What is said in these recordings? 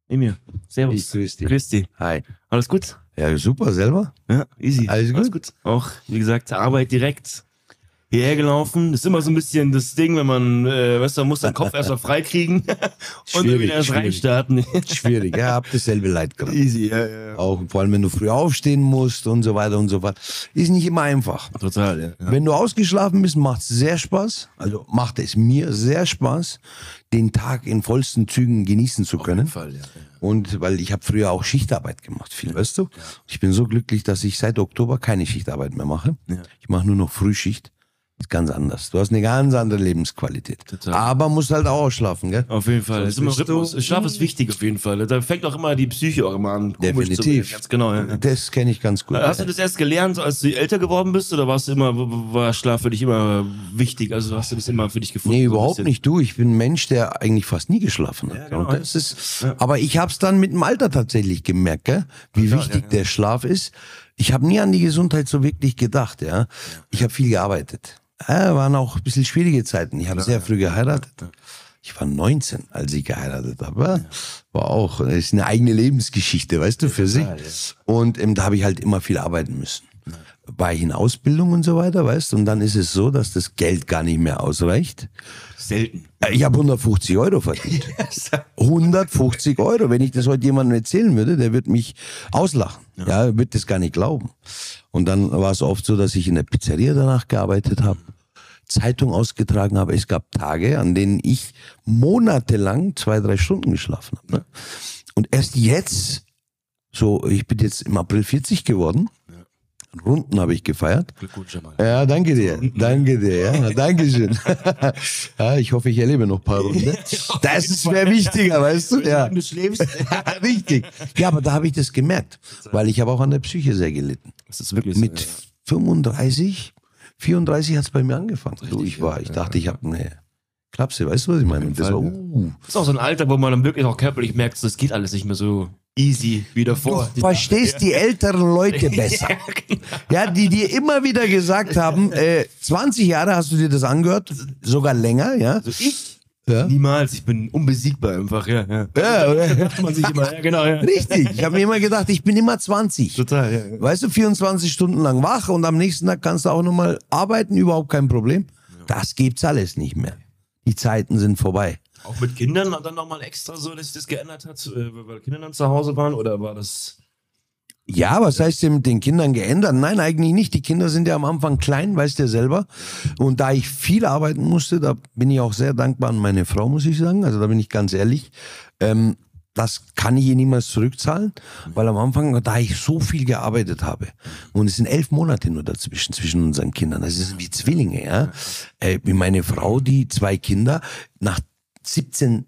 Emil, servus. Ich grüß dich. Grüß dich. Hi. Alles gut? Ja, super, selber? Ja, easy. Alles gut? Auch, wie gesagt, Arbeit direkt hierher gelaufen. Das ist immer so ein bisschen das Ding, wenn man, weißt du, man muss seinen Kopf erstmal freikriegen und dann wieder erst reinstarten. Schwierig, ja, hab dasselbe Leid gehabt. Easy, ja. Auch vor allem, wenn du früh aufstehen musst und so weiter und so fort. Ist nicht immer einfach. Total, ja. Wenn du ausgeschlafen bist, macht es sehr Spaß. Also macht es mir sehr Spaß, den Tag in vollsten Zügen genießen zu können. Auf jeden Fall, ja. Und weil ich habe früher auch Schichtarbeit gemacht, viel, weißt du? Ich bin so glücklich, dass ich seit Oktober keine Schichtarbeit mehr mache. Ja. Ich mache nur noch Frühschicht. Ist ganz anders. Du hast eine ganz andere Lebensqualität. Total. Aber musst halt auch ausschlafen, gell? Auf jeden Fall. Das ist immer bist Rhythmus. Schlaf ist wichtig auf jeden Fall. Da fängt auch immer die Psyche auch immer an. komisch zu Definitiv. werden. Ganz genau, ja. Das kenne ich ganz gut. Hast du das erst gelernt, als du älter geworden bist, oder war Schlaf für dich immer wichtig? Also hast du das immer für dich gefunden? Nee, so ein überhaupt bisschen? nicht. Du, ich bin ein Mensch, der eigentlich fast nie geschlafen hat. Ja, genau. Und das ist, aber ich habe es dann mit dem Alter tatsächlich gemerkt, gell? Wie wichtig der Schlaf ist. Ich habe nie an die Gesundheit so wirklich gedacht, ja. Ich habe viel gearbeitet. Waren auch ein bisschen schwierige Zeiten. Ich habe sehr früh geheiratet. Ich war 19, als ich geheiratet habe. War auch, das ist eine eigene Lebensgeschichte, weißt du, für sich. Und da habe ich halt immer viel arbeiten müssen. War ich in Ausbildung und so weiter, weißt du, und dann ist es so, dass das Geld gar nicht mehr ausreicht. Selten. Ich habe 150 Euro verdient. 150 Euro. Wenn ich das heute jemandem erzählen würde, der wird mich auslachen. Ja, wird das gar nicht glauben. Und dann war es oft so, dass ich in der Pizzeria danach gearbeitet habe, Zeitung ausgetragen habe. Es gab Tage, an denen ich monatelang 2-3 Stunden geschlafen habe. Ne? Und erst jetzt, so, ich bin jetzt im April 40 geworden. Runden habe ich gefeiert. Glückwunsch einmal. Ja, danke dir. Danke dir. Ja, danke schön. Ja, ich hoffe, ich erlebe noch ein paar Runden. Das ist mehr wichtiger, weißt du? Ja. Du schläfst. Richtig. Ja, aber da habe ich das gemerkt, weil ich habe auch an der Psyche sehr gelitten. Das ist wirklich so, Mit 35, 34 hat es bei mir angefangen. Richtig, So, ich dachte, ich habe eine Klapse, weißt du, was ich meine? Und das war, Das ist auch so ein Alter, wo man dann wirklich auch körperlich merkt, das geht alles nicht mehr so easy wie davor. Du verstehst die älteren Leute besser. Ja, die dir immer wieder gesagt haben, 20 Jahre hast du dir das angehört, sogar länger, ja. Also ich? Ja. Niemals, ich bin unbesiegbar einfach, ja. Ja, oder? Macht man sich immer, ja, genau, ja. Richtig, ich habe mir immer gedacht, ich bin immer 20. Total, ja. Weißt du, 24 Stunden lang wach und am nächsten Tag kannst du auch nochmal arbeiten, überhaupt kein Problem. Das gibt's alles nicht mehr. Die Zeiten sind vorbei. Auch mit Kindern dann nochmal extra so, dass sich das geändert hat, weil Kinder dann zu Hause waren, oder war das... Ja, was heißt denn mit den Kindern geändert? Nein, eigentlich nicht. Die Kinder sind ja am Anfang klein, weißt du ja selber. Und da ich viel arbeiten musste, da bin ich auch sehr dankbar an meine Frau, muss ich sagen. Also da bin ich ganz ehrlich. Das kann ich ihr niemals zurückzahlen, weil am Anfang, da ich so viel gearbeitet habe, und es sind 11 Monate nur dazwischen, zwischen unseren Kindern, das ist wie Zwillinge, ja. Wie meine Frau, die 2 Kinder, nach 16,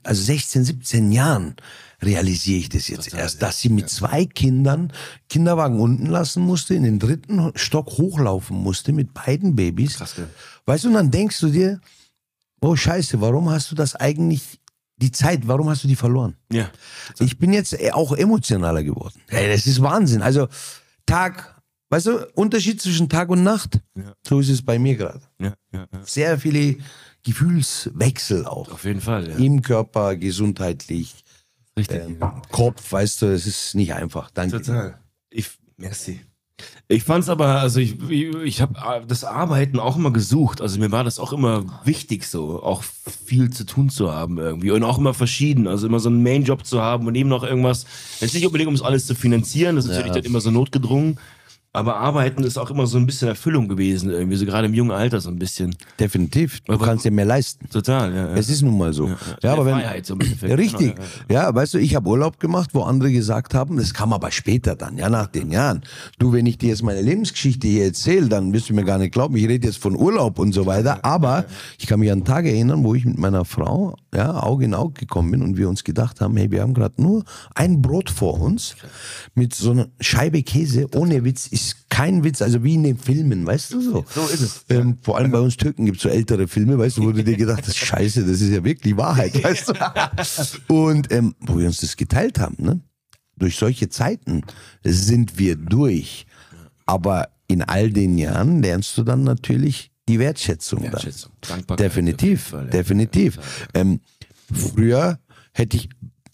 17 Jahren realisiere ich das jetzt erst, dass sie mit 2 Kindern Kinderwagen unten lassen musste, in den 3. Stock hochlaufen musste mit beiden Babys. Krass, ja. Weißt du, und dann denkst du dir, oh Scheiße, warum hast du das eigentlich, die Zeit, warum hast du die verloren? Ja. Ich bin jetzt auch emotionaler geworden. Hey, das ist Wahnsinn. Also Tag, weißt du, Unterschied zwischen Tag und Nacht, so ist es bei mir gerade. Ja. Sehr viele Gefühlswechsel auch. Auf jeden Fall, ja. Im Körper, gesundheitlich, Richtig. Kopf, weißt du, es ist nicht einfach. Danke. Total. Merci. Ich fand's aber, also ich habe das Arbeiten auch immer gesucht. Also mir war das auch immer wichtig, so auch viel zu tun zu haben irgendwie und auch immer verschieden. Also immer so einen Main-Job zu haben und eben noch irgendwas. Jetzt nicht unbedingt, um es alles zu finanzieren, das ist natürlich dann immer so notgedrungen. Aber Arbeiten ist auch immer so ein bisschen Erfüllung gewesen, irgendwie, so gerade im jungen Alter so ein bisschen. Definitiv. Du kannst dir mehr leisten. Total, ja. Es ist nun mal so. Ja, aber wenn, Freiheit so im Endeffekt. ja, richtig. Genau, Ja, weißt du, ich habe Urlaub gemacht, wo andere gesagt haben, das kam aber später dann, ja, nach den Jahren. Du, wenn ich dir jetzt meine Lebensgeschichte hier erzähle, dann wirst du mir gar nicht glauben, ich rede jetzt von Urlaub und so weiter, aber ich kann mich an Tage erinnern, wo ich mit meiner Frau, ja, Auge in Auge gekommen bin und wir uns gedacht haben, hey, wir haben gerade nur ein Brot vor uns mit so einer Scheibe Käse, ohne Witz, ist kein Witz, also wie in den Filmen, weißt du so. So ist es. Vor allem bei uns Türken gibt es so ältere Filme, weißt du, wo du dir gedacht hast, scheiße, das ist ja wirklich Wahrheit, weißt du. Und wo wir uns das geteilt haben, ne? Durch solche Zeiten sind wir durch. Aber in all den Jahren lernst du dann natürlich die Wertschätzung. Wertschätzung. Dann. Dankbarkeit. Definitiv, Fall, ja. definitiv. Früher hätte ich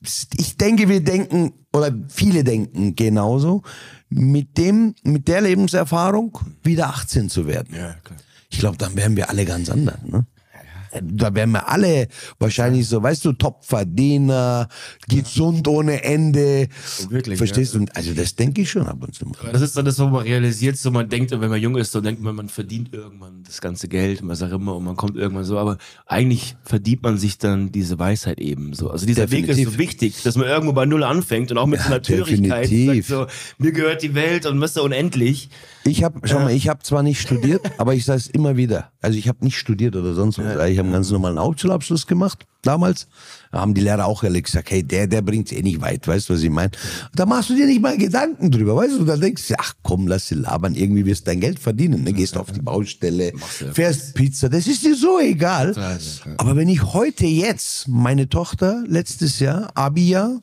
ich denke, wir denken, oder viele denken genauso, mit der Lebenserfahrung wieder 18 zu werden. Ja, klar. Ich glaube, dann wären wir alle ganz anders, ne? Da wären wir alle wahrscheinlich so, weißt du, Topverdiener, gesund ohne Ende. Wirklich, verstehst ja. du? Also das denke ich schon ab und zu. Aber das ist dann das, wo man realisiert, so man denkt, wenn man jung ist, so denkt man, man verdient irgendwann das ganze Geld und was auch immer und man kommt irgendwann so, aber eigentlich verdient man sich dann diese Weisheit eben so. Also dieser Weg ist so wichtig, dass man irgendwo bei Null anfängt und auch mit so einer Natürlichkeit sagt so, mir gehört die Welt und was so unendlich. Schau mal, ich habe zwar nicht studiert, aber ich sage es immer wieder. Also ich habe nicht studiert oder sonst was. Ich habe einen ganz normalen Hauptschulabschluss gemacht damals. Da haben die Lehrer auch ehrlich gesagt, hey, der bringt's eh nicht weit, weißt du, was ich meine? Da machst du dir nicht mal Gedanken drüber, weißt du? Da denkst du, ach komm, lass sie labern, irgendwie wirst du dein Geld verdienen. Ne? Gehst auf die Baustelle, fährst Pizza, das ist dir so egal. Aber wenn ich heute jetzt, meine Tochter, letztes Jahr, Abi-Jahr,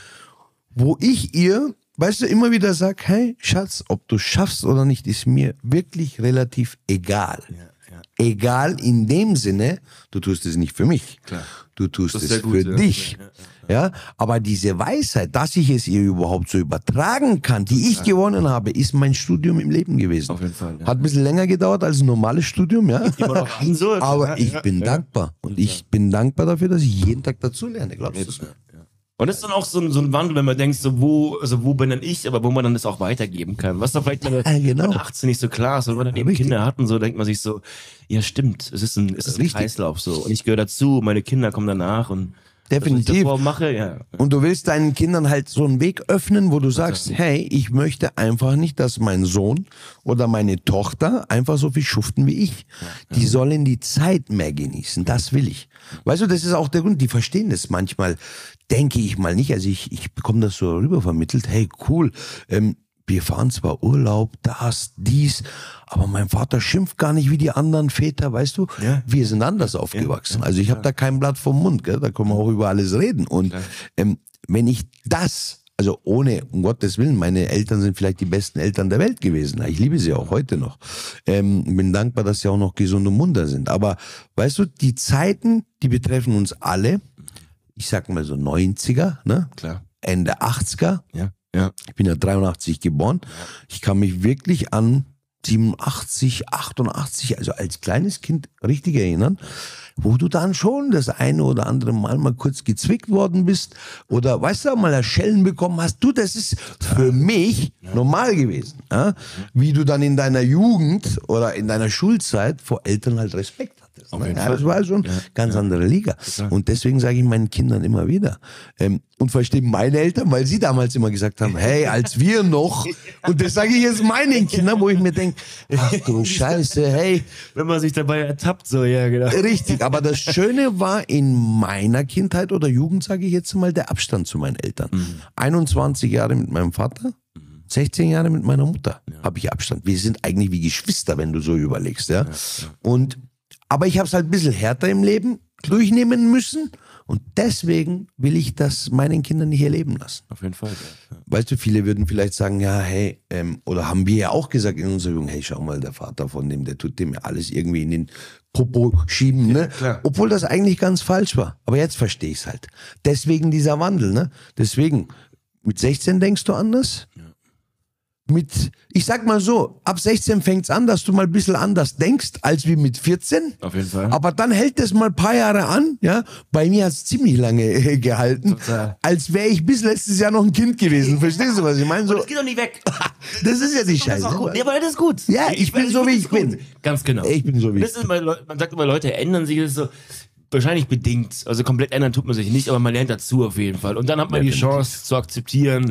wo ich ihr, weißt du, immer wieder sag, hey, Schatz, ob du schaffst oder nicht, ist mir wirklich relativ egal. Egal in dem Sinne, du tust es nicht für mich. Klar. Du tust es für dich. Ja, aber diese Weisheit, dass ich es ihr überhaupt so übertragen kann, die ich gewonnen habe, ist mein Studium im Leben gewesen. Auf jeden Fall. Ja. Hat ein bisschen länger gedauert als ein normales Studium, ja. Immer noch so, aber ich bin dankbar. Und ich bin dankbar dafür, dass ich jeden Tag dazu lerne. Glaubst du es mir? Und das ist dann auch so ein Wandel, wenn man denkt, so wo bin denn ich, aber wo man dann das auch weitergeben kann. Was da vielleicht mit 18 nicht so klar ist, wenn man dann eben Kinder hat und so, denkt man sich so, ja stimmt, es ist ein Kreislauf so. Und ich gehöre dazu, meine Kinder kommen danach und definitiv. Was ich davor mache, ja. Und du willst deinen Kindern halt so einen Weg öffnen, wo du sagst, hey, ich möchte einfach nicht, dass mein Sohn oder meine Tochter einfach so viel schuften wie ich. Die sollen die Zeit mehr genießen, das will ich. Weißt du, das ist auch der Grund, die verstehen das manchmal, denke ich mal nicht. Also ich bekomme das so rübervermittelt, hey, cool, wir fahren zwar Urlaub, dies, aber mein Vater schimpft gar nicht wie die anderen Väter, weißt du? Ja. Wir sind anders aufgewachsen. Also ich habe da kein Blatt vom Mund, gell? Da können wir auch über alles reden. Und wenn ich das, also ohne, um Gottes Willen, meine Eltern sind vielleicht die besten Eltern der Welt gewesen. Ich liebe sie auch heute noch. Bin dankbar, dass sie auch noch gesund und munter sind. Aber weißt du, die Zeiten, die betreffen uns alle. Ich sag mal so 90er, ne? Klar. Ende 80er. Ja. Ja. Ich bin ja 83 geboren. Ich kann mich wirklich an 87, 88, also als kleines Kind richtig erinnern, wo du dann schon das eine oder andere Mal kurz gezwickt worden bist oder, weißt du, mal Schellen bekommen hast. Du, das ist für mich normal gewesen. Ja? Wie du dann in deiner Jugend oder in deiner Schulzeit vor Eltern halt Respekt hattest. Ne? Ja, das war schon ganz andere Liga. Und deswegen sage ich meinen Kindern immer wieder, und verstehen meine Eltern, weil sie damals immer gesagt haben, hey, als wir noch, und das sage ich jetzt meinen Kindern, wo ich mir denke, ach du Scheiße, hey. Wenn man sich dabei ertappt, so, ja, genau. Richtig, aber das Schöne war in meiner Kindheit oder Jugend, sage ich jetzt mal, der Abstand zu meinen Eltern. 21 Jahre mit meinem Vater, 16 Jahre mit meiner Mutter habe ich Abstand. Wir sind eigentlich wie Geschwister, wenn du so überlegst. Ja? Aber ich habe es halt ein bisschen härter im Leben durchnehmen müssen. Und deswegen will ich das meinen Kindern nicht erleben lassen. Auf jeden Fall. Ja. Weißt du, viele würden vielleicht sagen, ja, hey, oder haben wir ja auch gesagt in unserer Jugend, hey, schau mal, der Vater von dem, der tut dem ja alles irgendwie in den Popo schieben, ne? Ja, obwohl das eigentlich ganz falsch war. Aber jetzt verstehe ich es halt. Deswegen dieser Wandel, ne? Deswegen, mit 16 denkst du anders. Ja. Ich sag mal so, ab 16 fängt's an, dass du mal ein bisschen anders denkst, als wie mit 14. Auf jeden Fall. Aber dann hält es mal ein paar Jahre an, ja. Bei mir hat's ziemlich lange gehalten. Total. Als wäre ich bis letztes Jahr noch ein Kind gewesen. Verstehst du, was ich meine? So, das geht doch nicht weg. Das ist ja die Scheiße. Das ist auch gut. Ja, aber das ist gut. Ja, ich bin so, wie ich bin. Ganz genau. Ich bin so, wie ich bin. Man sagt immer, Leute ändern sich, das ist so wahrscheinlich bedingt. Also komplett ändern tut man sich nicht, aber man lernt dazu auf jeden Fall. Und dann hat man die Chance zu akzeptieren,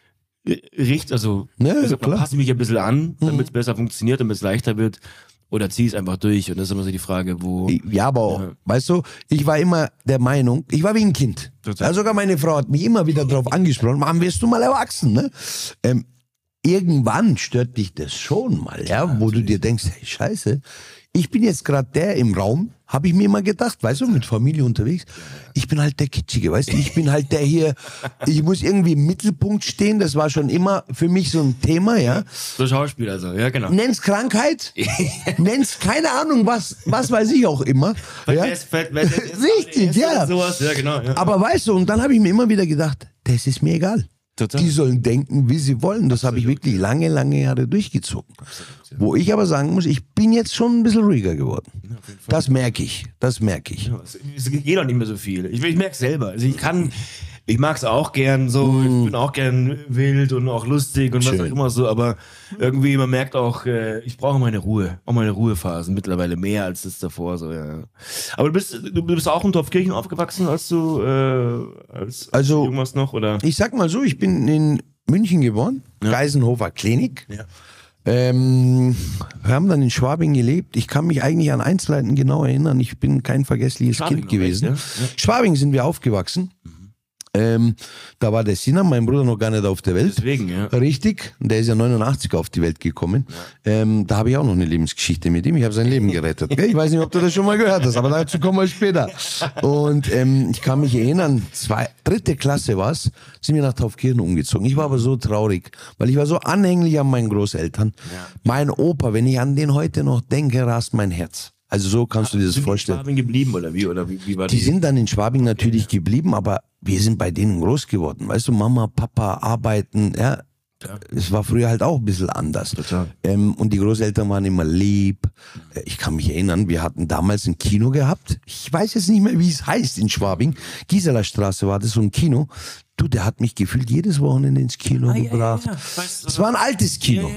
man passe mich ein bisschen an, damit es besser funktioniert, damit es leichter wird, oder zieh es einfach durch. Und das ist immer so die Frage, wo... Ja, aber auch, weißt du, ich war immer der Meinung, ich war wie ein Kind. Ja, sogar meine Frau hat mich immer wieder darauf angesprochen, Mann, wirst du mal erwachsen, ne? irgendwann stört dich das schon mal, ja, wo du dir denkst, hey, scheiße, ich bin jetzt gerade der im Raum, habe ich mir mal gedacht, weißt du, mit Familie unterwegs, ich bin halt der Kitschige, weißt du, ich bin halt der hier, ich muss irgendwie im Mittelpunkt stehen, das war schon immer für mich so ein Thema, ja. So Schauspieler, also, ja, genau. Nenn's Krankheit, nenn's keine Ahnung, was weiß ich auch immer. Ja? Richtig, ja. Sowas. Ja, genau, ja. Aber weißt du, und dann habe ich mir immer wieder gedacht, das ist mir egal. Total. Die sollen denken, wie sie wollen. Das habe ich wirklich lange, lange Jahre durchgezogen. Ja. Wo ich aber sagen muss, ich bin jetzt schon ein bisschen ruhiger geworden. Ja, das merke ich. Ja, es geht auch nicht mehr so viel. Ich merke es selber. Also ich mag es auch gern so, ich bin auch gern wild und auch lustig und was auch immer so, aber irgendwie, man merkt auch, ich brauche meine Ruhe, auch meine Ruhephasen mittlerweile mehr als das davor, so, ja. Aber du bist auch in Dorfkirchen aufgewachsen, als irgendwas noch, oder? Ich sag mal so, ich bin in München geboren, Geisenhofer Klinik. Ja. Wir haben dann in Schwabing gelebt. Ich kann mich eigentlich an Einzelheiten genau erinnern. Ich bin kein vergessliches Kind gewesen. Ja? Schwabing sind wir aufgewachsen. Da war der Sinan, mein Bruder, noch gar nicht auf der Welt. Deswegen, ja. Richtig. Der ist ja 89 auf die Welt gekommen. Ja. Da habe ich auch noch eine Lebensgeschichte mit ihm. Ich habe sein Leben gerettet. Ich weiß nicht, ob du das schon mal gehört hast, aber dazu kommen wir später. Und ich kann mich erinnern, dritte Klasse war es, sind wir nach Taufkirchen umgezogen. Ich war aber so traurig, weil ich war so anhänglich an meinen Großeltern. Ja. Mein Opa, wenn ich an den heute noch denke, rast mein Herz. Also so kannst du dir das vorstellen. Sind die in Schwabing geblieben oder wie? Oder wie war die sind dann in Schwabing natürlich geblieben, aber wir sind bei denen groß geworden. Weißt du, Mama, Papa, arbeiten, ja. Es war früher halt auch ein bisschen anders. Total. Und die Großeltern waren immer lieb. Ich kann mich erinnern, wir hatten damals ein Kino gehabt. Ich weiß jetzt nicht mehr, wie es heißt in Schwabing. Gisela Straße war das, so ein Kino. Du, der hat mich gefühlt jedes Wochenende ins Kino gebracht. Es war ein altes Kino.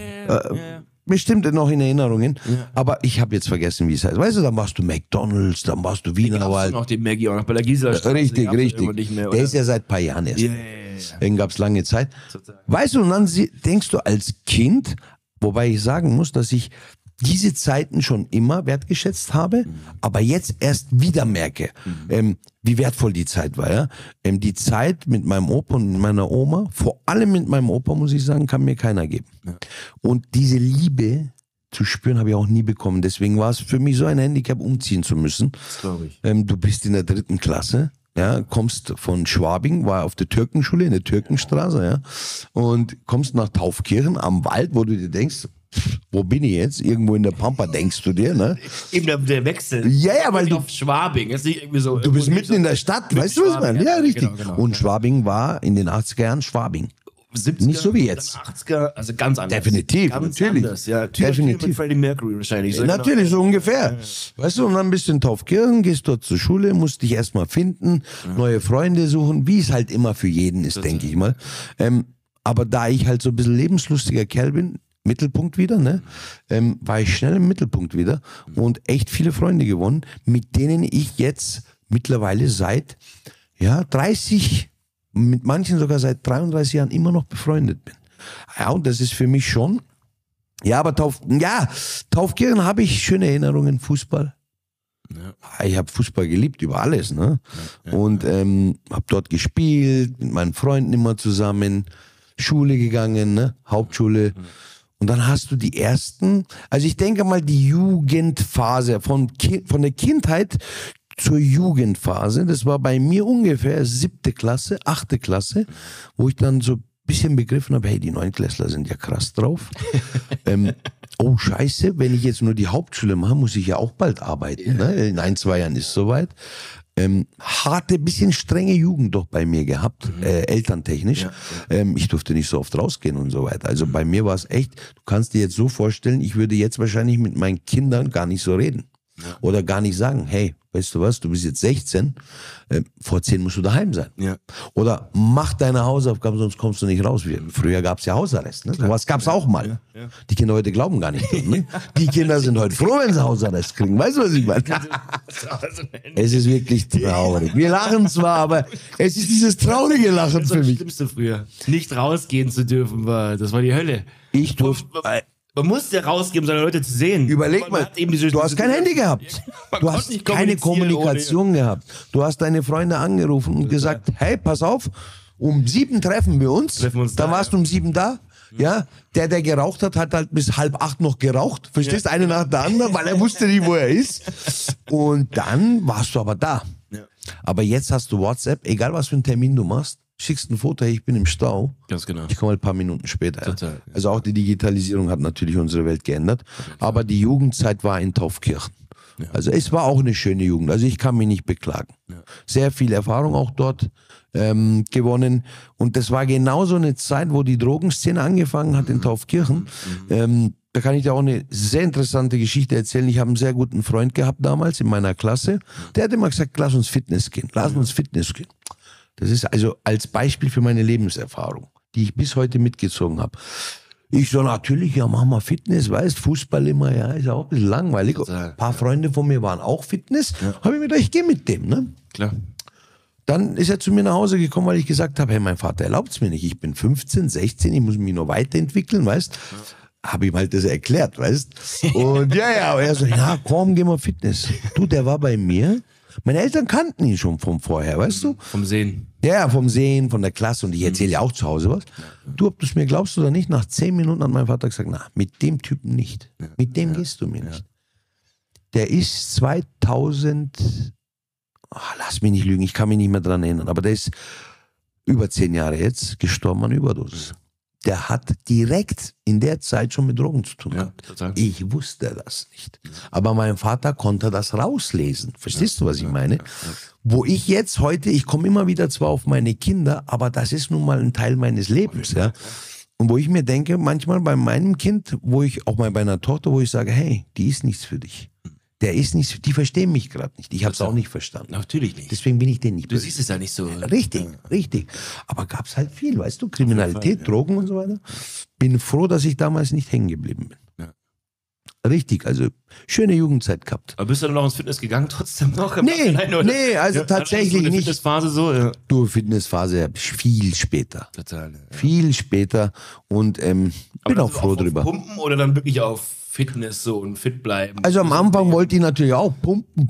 Bestimmt noch in Erinnerungen, aber ich habe jetzt vergessen, wie es heißt. Weißt du, dann machst du McDonalds, dann machst du Wienerwald. Noch den Maggie auch noch bei der Gisela Straße. Richtig. Der ist ja seit ein paar Jahren erst. Den gab es lange Zeit. Weißt du, und dann denkst du als Kind, wobei ich sagen muss, dass ich diese Zeiten schon immer wertgeschätzt habe, aber jetzt erst wieder merke, wie wertvoll die Zeit war. Ja? Die Zeit mit meinem Opa und meiner Oma, vor allem mit meinem Opa, muss ich sagen, kann mir keiner geben. Ja. Und diese Liebe zu spüren, habe ich auch nie bekommen. Deswegen war es für mich so ein Handicap, umziehen zu müssen. Das glaube ich. Du bist in der 3. Klasse. Ja, kommst von Schwabing, war auf der Türkenschule, in der Türkenstraße, ja, und kommst nach Taufkirchen am Wald, wo du dir denkst, wo bin ich jetzt? Irgendwo in der Pampa, denkst du dir, ne? Eben der Wechsel. Ja, weil du auf Schwabing ist nicht irgendwie so. Du bist mitten in der Stadt, weißt du was ich meine? Ja, richtig. Genau. Und Schwabing war in den 80er Jahren Schwabing. 70er, nicht so wie jetzt. 80er, also ganz anders. Definitiv, ganz natürlich. Anders, ja. Definitiv. Mit Freddie Mercury wahrscheinlich. So natürlich, so ungefähr. Ja. Weißt du, und dann bist du in Taufkirchen, gehst dort zur Schule, musst dich erstmal finden, neue Freunde suchen, wie es halt immer für jeden ist, denke ich mal. Aber da ich halt so ein bisschen lebenslustiger Kerl bin, Mittelpunkt wieder, ne, war ich schnell im Mittelpunkt wieder und echt viele Freunde gewonnen, mit denen ich jetzt mittlerweile seit 30, mit manchen sogar seit 33 Jahren immer noch befreundet bin. Ja, und das ist für mich schon, aber Taufkirchen habe ich schöne Erinnerungen, Fußball. Ja. Ich habe Fußball geliebt, über alles, ne? Ja. Und habe dort gespielt, mit meinen Freunden immer zusammen, Schule gegangen, ne? Hauptschule. Und dann hast du die ersten, also ich denke mal die Jugendphase von der Kindheit zur Jugendphase, das war bei mir ungefähr 7. Klasse, 8. Klasse, wo ich dann so ein bisschen begriffen habe, hey, die Neunklässler sind ja krass drauf. Oh scheiße, wenn ich jetzt nur die Hauptschule mache, muss ich ja auch bald arbeiten. Ne? In 1-2 Jahren ist es soweit. Harte, bisschen strenge Jugend doch bei mir gehabt, elterntechnisch. Ja. Ich durfte nicht so oft rausgehen und so weiter. Also bei mir war es echt, du kannst dir jetzt so vorstellen, ich würde jetzt wahrscheinlich mit meinen Kindern gar nicht so reden. Ja. Oder gar nicht sagen, hey, weißt du was, du bist jetzt 16, vor 10 musst du daheim sein. Ja. Oder mach deine Hausaufgaben, sonst kommst du nicht raus. Früher gab es ja Hausarrest, ne? Was gab es auch mal. Ja. Ja. Die Kinder heute glauben gar nicht. Ne? Die Kinder sind heute froh, wenn sie Hausarrest kriegen. Weißt du, was ich meine? Es ist wirklich traurig. Wir lachen zwar, aber es ist dieses traurige Lachen für mich. Das Schlimmste früher. Nicht rausgehen zu dürfen, das war die Hölle. Ich durfte... Man musste rausgeben, seine Leute zu sehen. Überleg mal, du hast kein Handy gehabt. Du hast keine Kommunikation gehabt. Du hast deine Freunde angerufen und gesagt, hey, pass auf, um 7 treffen wir uns. Dann warst du um 7 da. Ja, der geraucht hat, hat halt bis 7:30 noch geraucht. Verstehst? Eine nach der anderen, weil er wusste nicht, wo er ist. Und dann warst du aber da. Ja. Aber jetzt hast du WhatsApp, egal was für einen Termin du machst, schickst ein Foto, hey, ich bin im Stau. Ganz genau. Ich komme halt ein paar Minuten später. Total, ja. Also auch die Digitalisierung hat natürlich unsere Welt geändert. Aber die Jugendzeit war in Taufkirchen. Ja. Also es war auch eine schöne Jugend. Also ich kann mich nicht beklagen. Ja. Sehr viel Erfahrung auch dort gewonnen. Und das war genau so eine Zeit, wo die Drogenszene angefangen hat in Taufkirchen. Da kann ich dir auch eine sehr interessante Geschichte erzählen. Ich habe einen sehr guten Freund gehabt damals in meiner Klasse. Der hat immer gesagt, lass uns Fitness gehen. Lass uns Fitness gehen. Das ist also als Beispiel für meine Lebenserfahrung, die ich bis heute mitgezogen habe. Ich so, natürlich, ja, machen wir Fitness, weißt, Fußball immer, ja, ist ja auch ein bisschen langweilig. Total. Ein paar Freunde von mir waren auch Fitness. Habe ich mir gedacht, ich gehe mit dem, ne? Klar. Dann ist er zu mir nach Hause gekommen, weil ich gesagt habe, hey, mein Vater erlaubt es mir nicht. Ich bin 15, 16, ich muss mich noch weiterentwickeln, weißt. Habe ihm halt das erklärt, weißt. Und ja, aber er so, ja, komm, geh mal Fitness. Du, der war bei mir. Meine Eltern kannten ihn schon von vorher, weißt du? Vom Sehen. Ja, vom Sehen, von der Klasse. Und ich erzähle ja auch zu Hause was. Du, ob du es mir glaubst oder nicht, nach 10 Minuten hat mein Vater gesagt, na, mit dem Typen nicht. Mit dem gehst du mir nicht. Der ist 2000, lass mich nicht lügen, ich kann mich nicht mehr dran erinnern, aber der ist über 10 Jahre jetzt gestorben an Überdosis. Der hat direkt in der Zeit schon mit Drogen zu tun gehabt. Total. Ich wusste das nicht. Aber mein Vater konnte das rauslesen. Verstehst du, was ich meine? Wo ich jetzt heute, ich komme immer wieder zwar auf meine Kinder, aber das ist nun mal ein Teil meines Lebens. Ja? Und wo ich mir denke, manchmal bei meinem Kind, wo ich auch mal bei einer Tochter, wo ich sage, hey, die ist nichts für dich. Der ist nichts, die verstehen mich gerade nicht. Ich habe es auch nicht verstanden. Natürlich nicht. Deswegen bin ich denen nicht Du böse. siehst es ja nicht so. Richtig, richtig. Aber gab es halt viel, weißt du, Kriminalität, Drogen und so weiter. Bin froh, dass ich damals nicht hängen geblieben bin. Ja. Richtig, also schöne Jugendzeit gehabt. Aber bist du dann noch ins Fitness gegangen trotzdem noch? Nee, also tatsächlich so nicht. Fitnessphase so? Ja. Du, Fitnessphase viel später. Total. Ja. Viel später und bin Aber auch froh auf drüber. Pumpen oder dann wirklich auf Fitness so und fit bleiben? Also am Anfang wollte ich natürlich auch pumpen.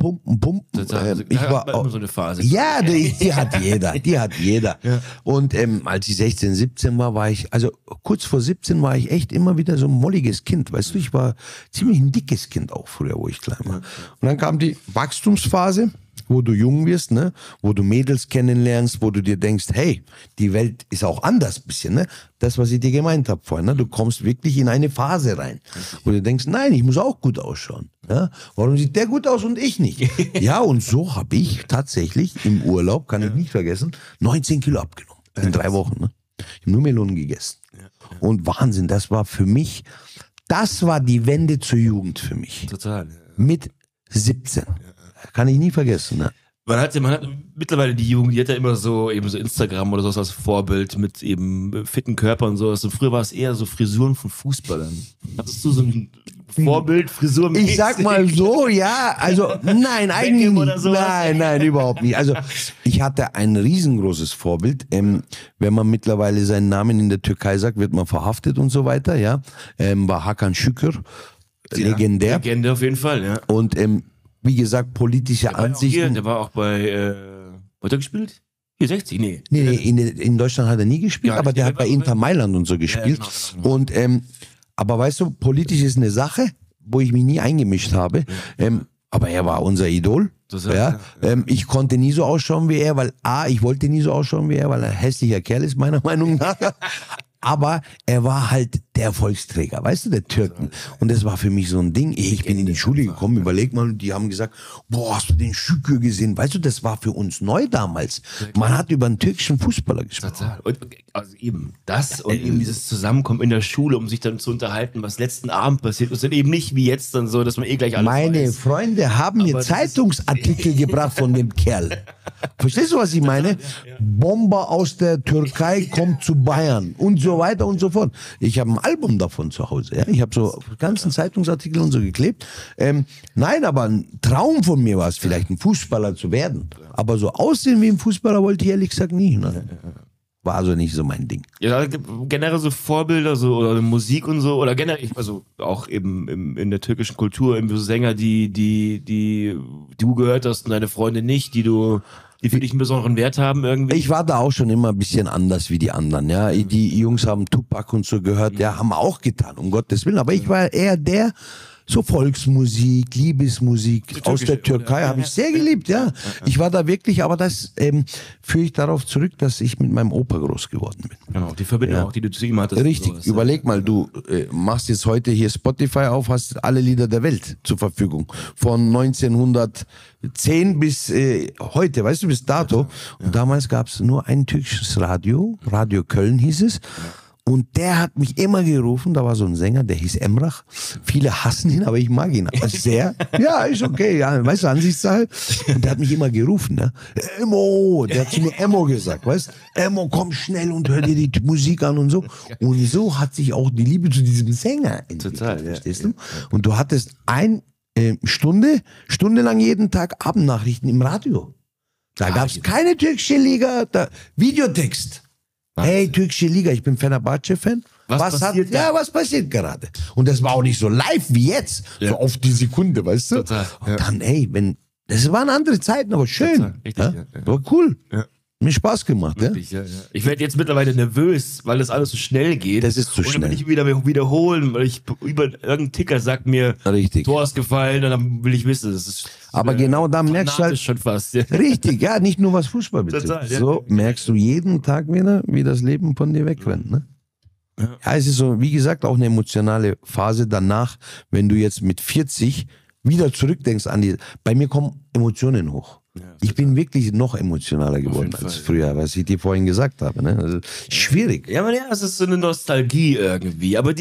Total. Ich Da war hat man immer so eine Phase. Ja, die hat jeder. Ja. Und als ich 16, 17 war ich, also kurz vor 17 war ich echt immer wieder so ein molliges Kind, weißt du, ich war ziemlich ein dickes Kind auch früher, wo ich klein war. Und dann kam die Wachstumsphase, wo du jung wirst, ne, wo du Mädels kennenlernst, wo du dir denkst, hey, die Welt ist auch anders ein bisschen, ne? Das, was ich dir gemeint habe vorhin, ne? Du kommst wirklich in eine Phase rein, wo du denkst, nein, ich muss auch gut ausschauen. Ja? Warum sieht der gut aus und ich nicht? Ja, und so habe ich tatsächlich im Urlaub, kann ich nicht vergessen, 19 Kilo abgenommen. In 3 Wochen, ne? Ich habe nur Melonen gegessen. Und Wahnsinn, das war für mich, das war die Wende zur Jugend für mich. Total. Ja. Mit 17. Kann ich nie vergessen. Ne? Man hat mittlerweile die Jugend, die hat ja immer so eben so Instagram oder sowas als Vorbild mit eben fitten Körpern und sowas. Und früher war es eher so Frisuren von Fußballern. Hattest du so ein Vorbild, Frisuren? Ich sag mal so, ja, also nein, eigentlich Beckham nicht. oder sowas? Nein, überhaupt nicht. Also ich hatte ein riesengroßes Vorbild. Wenn man mittlerweile seinen Namen in der Türkei sagt, wird man verhaftet und so weiter. Ja, war Hakan Şükür, legendär. Legende auf jeden Fall, ja. Und wie gesagt, politische Ansichten. Der war auch bei, hat er gespielt? Hier 60? Nee. Nee, in Deutschland hat er nie gespielt, Gar aber nicht. der Der hat bei war- Inter Mailand und so gespielt. genau. Und aber weißt du, politisch ist eine Sache, wo ich mich nie eingemischt habe. Aber er war unser Idol. Das Ja, ich konnte nie so ausschauen wie er, weil ich wollte nie so ausschauen wie er, weil er ein hässlicher Kerl ist, meiner Meinung nach. Aber er war halt der Erfolgsträger, weißt du, der Türken. Und das war für mich so ein Ding. Ich bin in die Schule gekommen, überleg mal, und die haben gesagt, boah, hast du den Şükür gesehen? Weißt du, das war für uns neu damals. Man hat über einen türkischen Fußballer gesprochen. Total. Und also eben das und eben dieses Zusammenkommen in der Schule, um sich dann zu unterhalten, was letzten Abend passiert ist. Und eben nicht wie jetzt dann so, dass man gleich alles Meine weiß. Freunde haben mir das ist- Zeitungsartikel gebracht von dem Kerl. Verstehst du, was ich meine? Bomber aus der Türkei kommt zu Bayern und so weiter und so fort. Ich habe ein Album davon zu Hause. Ja? Ich habe so ganzen Zeitungsartikel und so geklebt. Nein, aber ein Traum von mir war es vielleicht, ein Fußballer zu werden. Aber so aussehen wie ein Fußballer wollte ich ehrlich gesagt nie. Ne? War also nicht so mein Ding. Ja, generell so Vorbilder so oder Musik und so oder generell, also auch eben in der türkischen Kultur, eben so Sänger, die du gehört hast und deine Freunde nicht, die für dich einen besonderen Wert haben irgendwie. Ich war da auch schon immer ein bisschen anders wie die anderen, ja. Die Jungs haben Tupac und so gehört, ja, haben auch getan, um Gottes Willen. Aber ich war eher der, so Volksmusik, Liebesmusik aus der Türkei habe ich sehr geliebt, ja. Ich war da wirklich, aber das führe ich darauf zurück, dass ich mit meinem Opa groß geworden bin. Genau, die Verbindung auch, die du zu ihm hattest. Richtig, sowas, überleg mal, du machst jetzt heute hier Spotify auf, hast alle Lieder der Welt zur Verfügung. Von 1910 bis heute, weißt du, bis dato. Und damals gab es nur ein türkisches Radio, Radio Köln hieß es. Und der hat mich immer gerufen, da war so ein Sänger, der hieß Emrach. Viele hassen ihn, aber ich mag ihn sehr. Ja, ist okay, ja, weißt du, Ansichtssache. Und der hat mich immer gerufen, ne? Emmo, der hat zu mir Emmo gesagt, weißt du? Emmo, komm schnell und hör dir die Musik an und so. Und so hat sich auch die Liebe zu diesem Sänger entwickelt, total, verstehst du? Und du hattest stundenlang jeden Tag Abendnachrichten im Radio. Da gab es keine türkische Liga, Videotext. Hey, türkische Liga, ich bin Fenerbahce-Fan. Was passiert gerade? Und das war auch nicht so live wie jetzt, so auf die Sekunde, weißt du? Total, und dann, das waren andere Zeiten, aber schön. Total, richtig, ja. War cool. Ja. Mir Spaß gemacht, wirklich, ja. Ich werde jetzt mittlerweile nervös, weil das alles so schnell geht. Das ist zu schnell. Und dann will schnell. ich wieder wiederholen, weil irgendein Ticker sagt mir, Richtig. Tor ist gefallen, und dann will ich wissen, das ist Aber genau da merkst du halt, schon fast. Ja. richtig, ja, nicht nur was Fußball betrifft. Total, ja. So merkst du jeden Tag wieder, wie das Leben von dir wegrennt, ne? Ja. Ja, es ist so, wie gesagt, auch eine emotionale Phase danach, wenn du jetzt mit 40 wieder zurückdenkst bei mir kommen Emotionen hoch. Ja, ich bin wirklich noch emotionaler geworden als früher, was ich dir vorhin gesagt habe. Ne? Also, schwierig. Ja, aber ja, es ist so eine Nostalgie irgendwie. Aber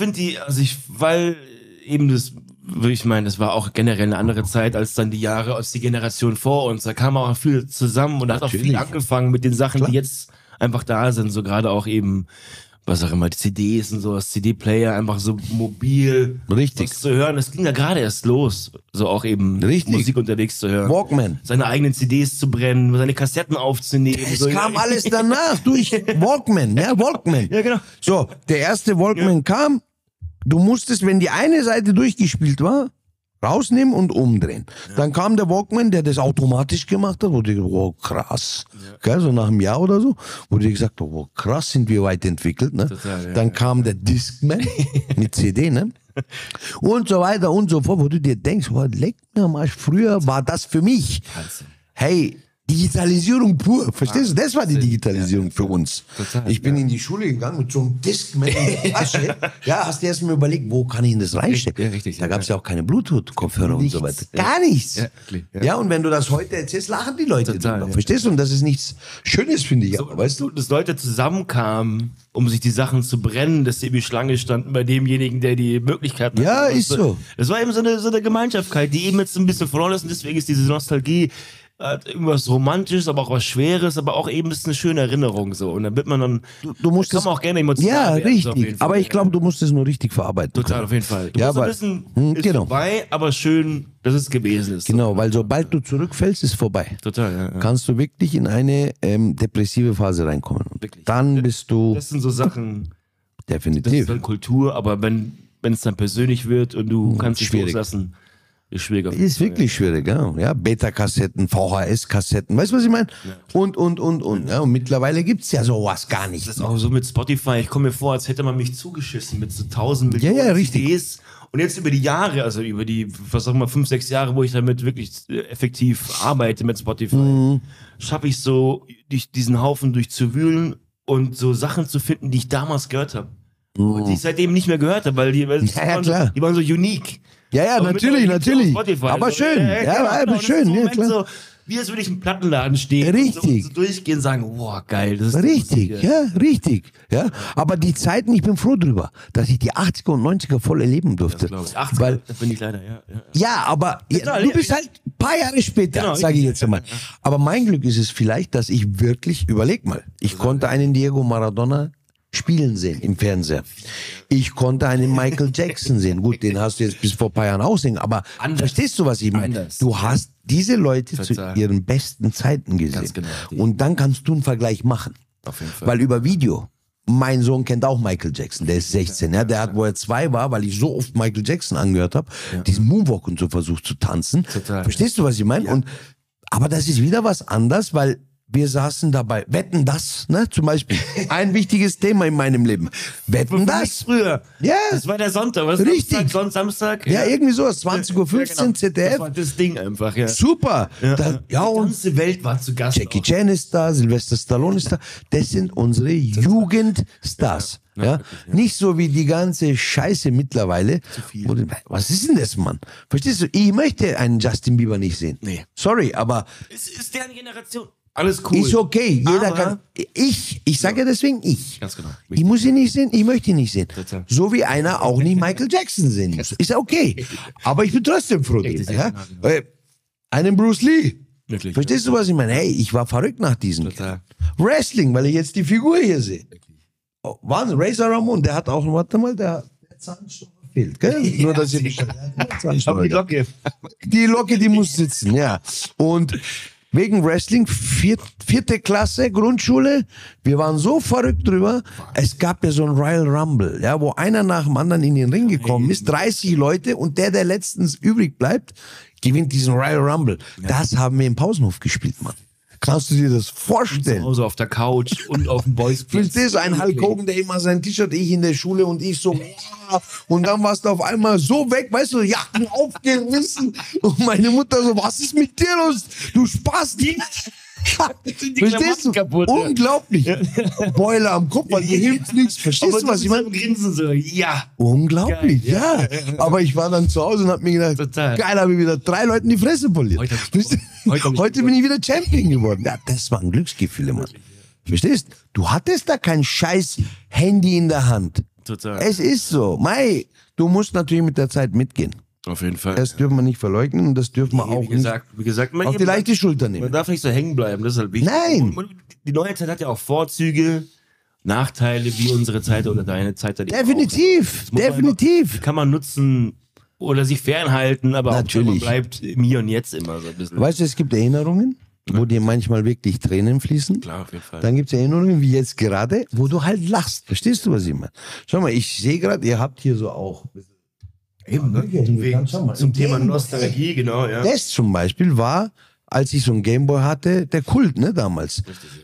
weil eben das, ich meine, das war auch generell eine andere Zeit als dann die Jahre, als die Generation vor uns. Da kam auch viel zusammen und da hat auch viel angefangen mit den Sachen, die jetzt einfach da sind. So gerade auch eben, was auch immer, die CDs und so, das CD-Player, einfach so mobil. Richtig. Was zu hören. Es ging ja gerade erst los, so auch eben Musik unterwegs zu hören. Walkman. Seine eigenen CDs zu brennen, seine Kassetten aufzunehmen. Es kam alles danach durch Walkman, ja, Walkman. Ja, genau. So, der erste Walkman kam, du musstest, wenn die eine Seite durchgespielt war, rausnehmen und umdrehen. Ja. Dann kam der Walkman, der das automatisch gemacht hat, wo du gesagt, wow, krass. Ja. So nach einem Jahr oder so, wo du gesagt hast, wow, krass, sind wir weit entwickelt. Ne? Total, ja. Dann kam der Discman mit CD, ne? Und so weiter und so fort, wo du dir denkst, oh, leck mir mal, früher war das für mich. Hey, Digitalisierung pur, verstehst du? Das war die Digitalisierung für uns. Total, ich bin in die Schule gegangen mit so einem Discman in der Tasche. Ja, hast du erst mal überlegt, wo kann ich denn das reinstecken? Ja, richtig, da gab es ja auch keine Bluetooth-Kopfhörer und so weiter. Gar nichts. Ja, und wenn du das heute erzählst, lachen die Leute drüber. Verstehst du? Und das ist nichts Schönes, finde ich. So, aber, weißt du? Dass Leute zusammenkamen, um sich die Sachen zu brennen, dass sie irgendwie Schlange standen bei demjenigen, der die Möglichkeiten hatte. Ja, ist so. Das war eben so eine Gemeinschaftkeit, die eben jetzt ein bisschen verloren ist und deswegen ist diese Nostalgie irgendwas Romantisches, aber auch was Schweres, aber auch eben ist eine schöne Erinnerung so. Und dann wird man dann, du musst kann man auch gerne emotional ja, werden, richtig. Aber ich glaube, du musst es nur richtig verarbeiten. Total, können. auf jeden Fall. Du ja, musst wissen, ist vorbei, aber schön, dass es gewesen ist. Genau, weil sobald du zurückfällst, ist vorbei. Total, ja. Kannst du wirklich in eine depressive Phase reinkommen. Wirklich. Dann bist du... Das sind so Sachen... Definitiv. Das ist dann Kultur, aber wenn es dann persönlich wird und du kannst dich loslassen... Ist schwieriger. Ist wirklich schwierig, ja. Beta-Kassetten, VHS-Kassetten, weißt du, was ich meine? Ja. Und. Ja, und mittlerweile gibt es ja sowas gar nicht. Das ist auch so mit Spotify. Ich komme mir vor, als hätte man mich zugeschissen mit so 1000 Millionen CDs. Und jetzt über die Jahre, also über die, was auch immer, 5, 6 Jahre, wo ich damit wirklich effektiv arbeite mit Spotify, schaffe ich so, diesen Haufen durchzuwühlen und so Sachen zu finden, die ich damals gehört habe. Und die ich seitdem nicht mehr gehört habe, weil die waren so unique. Ja, aber natürlich. Aber so, schön. Aber schön, ja, klar. So, wie als würde ich im Plattenladen stehen. Richtig. So durchgehen und sagen, boah, geil. Das ist richtig, richtig. Ja, aber die Zeiten, ich bin froh drüber, dass ich die 80er und 90er voll erleben durfte. Das 80er, das bin ich leider, ja. Ja, aber du bist halt ein paar Jahre später, sage ich jetzt einmal. Aber mein Glück ist es vielleicht, dass ich wirklich, überleg mal, ich konnte einen Diego Maradona spielen sehen im Fernseher. Ich konnte einen Michael Jackson sehen. Gut, den hast du jetzt bis vor ein paar Jahren auch sehen, aber verstehst du, was ich meine? Du hast diese Leute zu ihren besten Zeiten gesehen. Ganz genau. Und dann kannst du einen Vergleich machen. Auf jeden Fall. Weil über Video, mein Sohn kennt auch Michael Jackson, der ist 16, ja, der hat, wo er 2 war, weil ich so oft Michael Jackson angehört habe, diesen Moonwalk und so versucht zu tanzen. Total. Verstehst du, was ich meine? Und aber das ist wieder was anderes, weil wir saßen dabei, wetten das, ne, zum Beispiel. Ein wichtiges Thema in meinem Leben. Wetten das? Früher. Ja. Das war der Sonntag, was? Richtig. Samstag? Ja, irgendwie sowas, 20:15 Uhr, genau. ZDF. Das war das Ding einfach, ja. Super. Ja, Ja, die und ganze Welt war zu Gast. Jackie Chan ist da, Sylvester Stallone ist da. Das sind unsere Jugendstars. Ja, nicht so wie die ganze Scheiße mittlerweile. viel. Was ist denn das, Mann? Verstehst du? Ich möchte einen Justin Bieber nicht sehen. Nee. Sorry, aber Es ist deren Generation. Alles cool. ist okay. Jeder Aber- kann. Ich sage ja deswegen ich. Ganz genau. Ich muss ihn nicht sehen, ich möchte ihn nicht sehen. Total. So wie einer auch nicht Michael Jackson sehen muss. Ist ja okay. Aber ich bin trotzdem froh. Richtig, Ja? ja, Einen Bruce Lee. Wirklich. Verstehst du, was ich meine? Hey, ich war verrückt nach diesem Total. Wrestling, weil ich jetzt die Figur hier sehe. Oh, Wahnsinn, Razor Ramon, der hat auch, warte mal, der Zahnstocher fehlt, gell? Nur, dass ihr Bescheid habt. Aber die Locke. Die Locke, die muss sitzen, ja. Und wegen Wrestling, 4. Klasse, Grundschule, wir waren so verrückt drüber. Es gab ja so ein Royal Rumble, ja, wo einer nach dem anderen in den Ring gekommen ist, 30 Leute und der letztens übrig bleibt, gewinnt diesen Royal Rumble. Das haben wir im Pausenhof gespielt, Mann. Kannst du dir das vorstellen? Zu Hause auf der Couch und auf dem Boysplatz. Verstehst du, ein Hulk Hogan, der immer sein T-Shirt, ich in der Schule und ich so, ja. Und dann warst du auf einmal so weg, weißt du, Jacken aufgerissen. Und meine Mutter so, was ist mit dir los? Du Spast. die Verstehst du? Klamotten kaputt, ja. Unglaublich. Boiler am Kopf, weil dir hilft nichts. Verstehst du, was ich meine? Grinsen so, ja. Unglaublich, Geil, ja. Aber ich war dann zu Hause und hab mir gedacht, Total. geil, habe ich wieder 3 Leuten die Fresse poliert. Heute hab ich Verstehst du? gewonnen. Heute hab ich Heute bin ich wieder Champion geworden. Ja, das waren Glücksgefühle, Mann. Verstehst? Du hattest da kein scheiß Handy in der Hand. Total. Es ist so. Mei, du musst natürlich mit der Zeit mitgehen. Auf jeden Fall. Das dürfen wir nicht verleugnen und das dürfen wir auch Wie gesagt, nicht auf die leichte Schulter man nehmen. darf nicht so hängen bleiben, das ist halt wichtig. Nein. Und die neue Zeit hat ja auch Vorzüge, Nachteile, wie unsere Zeit oder deine Zeit. Definitiv, Das muss man definitiv. Immer, kann man nutzen oder sich fernhalten, aber Natürlich. auch man bleibt im Hier und Jetzt immer so ein bisschen. Weißt du, es gibt Erinnerungen, wo dir manchmal wirklich Tränen fließen. Klar, auf jeden Fall. Dann gibt es Erinnerungen, wie jetzt gerade, wo du halt lachst. Verstehst du, was ich meine? Schau mal, ich sehe gerade, ihr habt hier so auch. Eben, ne? Schau mal, Zum Thema Gameboy. Nostalgie, genau, ja. Das zum Beispiel war, als ich so ein Gameboy hatte, der Kult, ne, damals.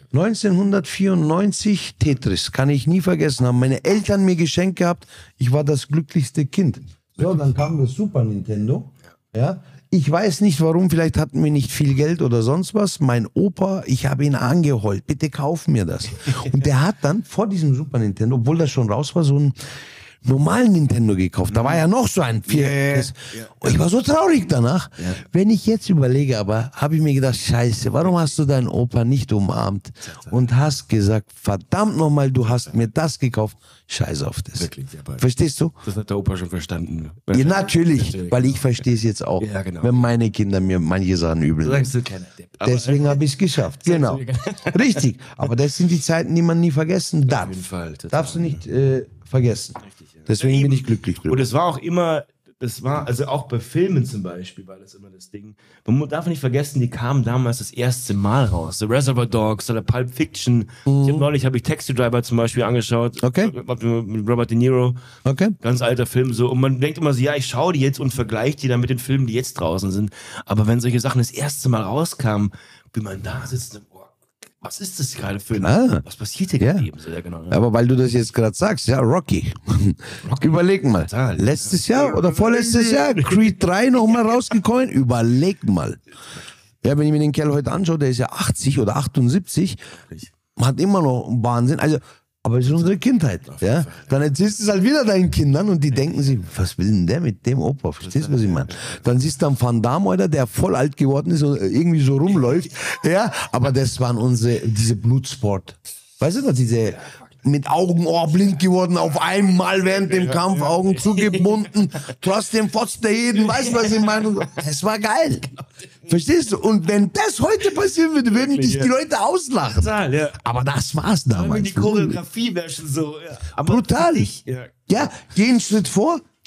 1994 Tetris, kann ich nie vergessen, haben meine Eltern mir geschenkt gehabt. Ich war das glücklichste Kind. So, dann kam das Super Nintendo. Ja. Ich weiß nicht warum, vielleicht hatten wir nicht viel Geld oder sonst was. Mein Opa, ich habe ihn angeheult, bitte kauf mir das. Und der hat dann vor diesem Super Nintendo, obwohl das schon raus war, so einen normalen Nintendo gekauft. Da war ja noch so ein 4. Und ich war so traurig danach. Wenn ich jetzt überlege, aber habe ich mir gedacht, scheiße, warum hast du deinen Opa nicht umarmt und hast gesagt, verdammt nochmal, du hast mir das gekauft. Scheiße auf das. Wirklich, aber Verstehst du? das hat der Opa schon verstanden. Ja, natürlich, weil ich verstehe es jetzt auch, Ja, genau. wenn meine Kinder mir manche Sachen übel nehmen. Sagst du keiner Depp. Aber Deswegen habe ich es geschafft. Genau. Richtig. Aber das sind die Zeiten, die man nie vergessen darf. auf jeden Fall. Total. Darfst du nicht vergessen. Deswegen bin ich glücklich drüber. Und es war auch immer, das war, also auch bei Filmen zum Beispiel war das immer das Ding. Man darf nicht vergessen, die kamen damals das erste Mal raus. The Reservoir Dogs oder Pulp Fiction. Neulich habe ich Taxi Driver zum Beispiel angeschaut. Okay. Mit Robert De Niro. Okay. Ganz alter Film so. Und man denkt immer so, ja, ich schaue die jetzt und vergleiche die dann mit den Filmen, die jetzt draußen sind. Aber wenn solche Sachen das erste Mal rauskamen, wie man da sitzt und, boah, was ist das gerade für ein, was passiert hier gerade eben? So, ja, genau, ja. Aber weil du das jetzt gerade sagst, ja, Rocky. Überleg mal. Total. Letztes Jahr oder vorletztes Jahr, Creed 3 nochmal rausgekommen. Überleg mal. Ja, wenn ich mir den Kerl heute anschaue, der ist ja 80 oder 78, hat immer noch einen Wahnsinn. Also, aber es ist unsere Kindheit. Ja? Dann erzählst du es halt wieder deinen Kindern und die denken sich, was will denn der mit dem Opa? Verstehst du, was ich meine? Dann siehst du einen Van Damme, Alter, der voll alt geworden ist und irgendwie so rumläuft. Ja, aber das waren diese Blutsport. Weißt du noch, diese mit Augen blind geworden, auf einmal während dem Kampf, Augen zugebunden, trotzdem fotzt der jeden, weißt du, was ich meine? Das war geil. Verstehst du? Und wenn das heute passieren würde, würden dich die Leute auslachen. Total, ja. Aber das war's damals. Die Choreografie wäre schon so. Ja. Aber Brutal. für dich, ja. Ja, geh einen Schritt vor.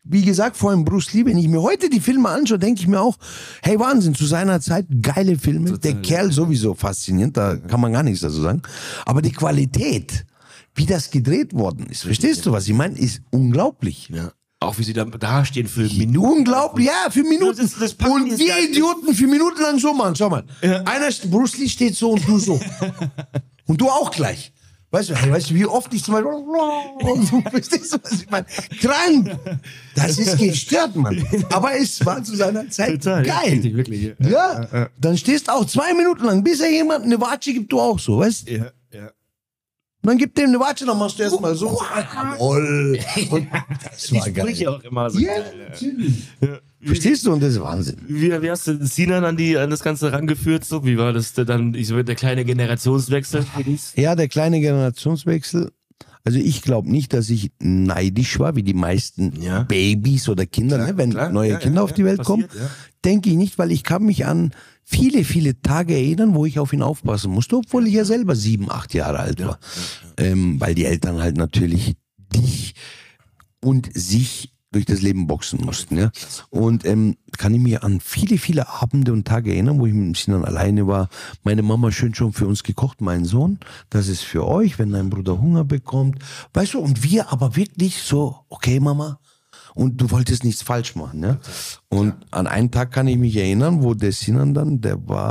wie gesagt, vor allem Bruce Lee, wenn ich mir heute die Filme anschaue, denke ich mir auch, hey Wahnsinn, zu seiner Zeit geile Filme, Total, der Kerl sowieso faszinierend, da kann man gar nichts dazu sagen. Aber die Qualität, wie das gedreht worden ist, verstehst du, was ich meine, ist unglaublich. Ja. Auch wie sie da stehen für Minuten. Unglaublich, ja, für Minuten. Das packt Und die wir gar nicht. Idioten für Minuten lang so machen, schau mal. Bruce Lee steht so und du so. Und du auch gleich. Weißt du, hey, wie oft ich zum Beispiel, verstehst du, was ich meine? Krank. Das ist gestört, Mann. Aber es war zu seiner Zeit Total, ja, geil. richtig, wirklich, Ja, dann stehst du auch 2 Minuten lang, bis er jemand eine Watsche gibt, du auch so, weißt du? Ja. Und dann gibt er ihm eine Watsche, dann machst du erstmal so. Jawohl. Und das war geil. Sprüche auch immer so Ja, geil. natürlich. Verstehst du? Und das ist Wahnsinn. Wie hast du Sinan an das Ganze rangeführt? So? Wie war das dann, der kleine Generationswechsel für dies? Ja, der kleine Generationswechsel. Also ich glaube nicht, dass ich neidisch war, wie die meisten Ja. Babys oder Kinder, ne, wenn klar. neue Ja, Kinder ja, auf die Welt kommen. passiert, ja. Denke ich nicht, weil ich kann mich an viele, viele Tage erinnern, wo ich auf ihn aufpassen musste, obwohl ich ja selber 7, 8 Jahre alt war. Weil die Eltern halt natürlich dich und sich durch das Leben boxen mussten. Ja? Und kann ich mich an viele, viele Abende und Tage erinnern, wo ich mit dem Sinan alleine war. Meine Mama schön schon für uns gekocht, mein Sohn, das ist für euch, wenn dein Bruder Hunger bekommt. Weißt du, und wir aber wirklich so, okay Mama, und du wolltest nichts falsch machen. Ja? Und an einen Tag kann ich mich erinnern, wo der Sinan dann,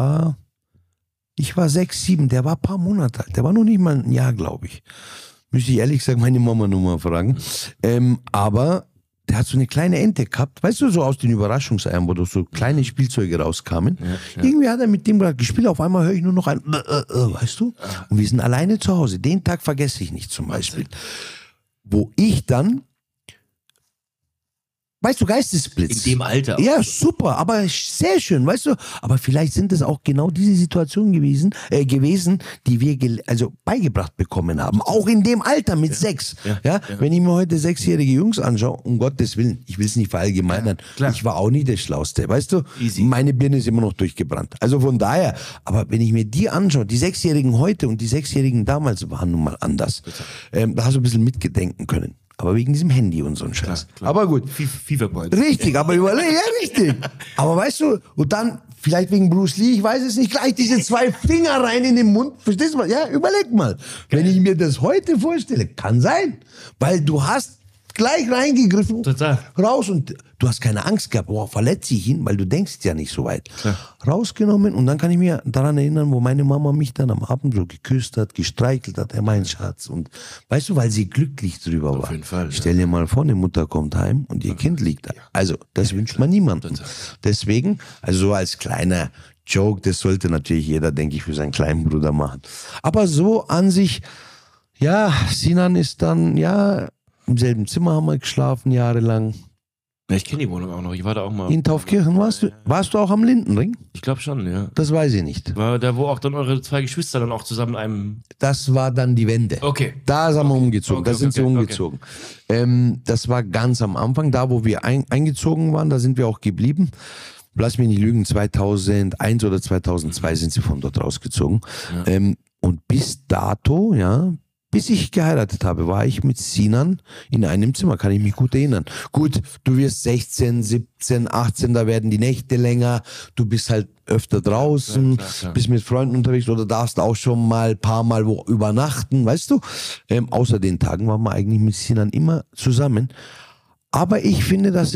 ich war 6, 7, der war ein paar Monate alt, der war noch nicht mal ein Jahr, glaube ich. Müsste ich ehrlich gesagt meine Mama nur mal fragen. Aber der hat so eine kleine Ente gehabt, weißt du, so aus den Überraschungseiern, wo doch so kleine Spielzeuge rauskamen. Ja. Irgendwie hat er mit dem gerade gespielt, auf einmal höre ich nur noch ein, weißt du? Und wir sind alleine zu Hause. Den Tag vergesse ich nicht zum Beispiel. Wo ich dann, weißt du, Geistesblitz. In dem Alter. Ja, super, aber sehr schön, weißt du. Aber vielleicht sind es auch genau diese Situationen gewesen, die wir beigebracht bekommen haben. Auch in dem Alter mit 6. Ja. Wenn ich mir heute 6-jährige Jungs anschaue, um Gottes Willen, ich will es nicht verallgemeinern, ich war auch nie der Schlauste, weißt du. Easy. Meine Birne ist immer noch durchgebrannt. Also von daher, aber wenn ich mir die anschaue, die 6-Jährigen heute und die 6-Jährigen damals waren nun mal anders. Da hast du ein bisschen mitgedenken können. Aber wegen diesem Handy und so ein Scheiß. Klar. Aber gut. FIFA-Point. Richtig, aber überleg, ja, richtig. Aber weißt du, und dann, vielleicht wegen Bruce Lee, ich weiß es nicht, gleich diese 2 Finger rein in den Mund. Verstehst du mal? Ja, überleg mal. Wenn ich mir das heute vorstelle, kann sein. Weil du hast gleich reingegriffen, Total. raus und du hast keine Angst gehabt, boah, verletze ich ihn, weil du denkst ja nicht so weit. Rausgenommen und dann kann ich mir daran erinnern, wo meine Mama mich dann am Abend so geküsst hat, gestreichelt hat, mein Schatz. Und weißt du, weil sie glücklich drüber war. Auf jeden Fall, ja. Stell dir mal vor, eine Mutter kommt heim und ihr Kind liegt da. Also, das wünscht man niemandem. Deswegen, also so als kleiner Joke, das sollte natürlich jeder, denke ich, für seinen kleinen Bruder machen. Aber so an sich, ja, Sinan ist dann, ja, im selben Zimmer haben wir geschlafen, jahrelang. Ja, ich kenne die Wohnung auch noch. Ich war da auch mal. In Taufkirchen warst du? Warst du auch am Lindenring? Ich glaube schon, ja. Das weiß ich nicht. War da, wo auch dann eure 2 Geschwister dann auch zusammen in einem. Das war dann die Wende. Okay. Da sind wir umgezogen. Okay, Da sind sie okay, umgezogen. Das war ganz am Anfang, da wo wir eingezogen waren, da sind wir auch geblieben. Lass mich nicht lügen, 2001 oder 2002 sind sie von dort rausgezogen. Und bis dato, ja, bis ich geheiratet habe, war ich mit Sinan in einem Zimmer, kann ich mich gut erinnern. Gut, du wirst 16, 17, 18, da werden die Nächte länger, du bist halt öfter draußen, klar. bist mit Freunden unterwegs oder darfst auch schon mal ein paar Mal wo übernachten, weißt du. Außer den Tagen waren wir eigentlich mit Sinan immer zusammen. Aber ich finde, dass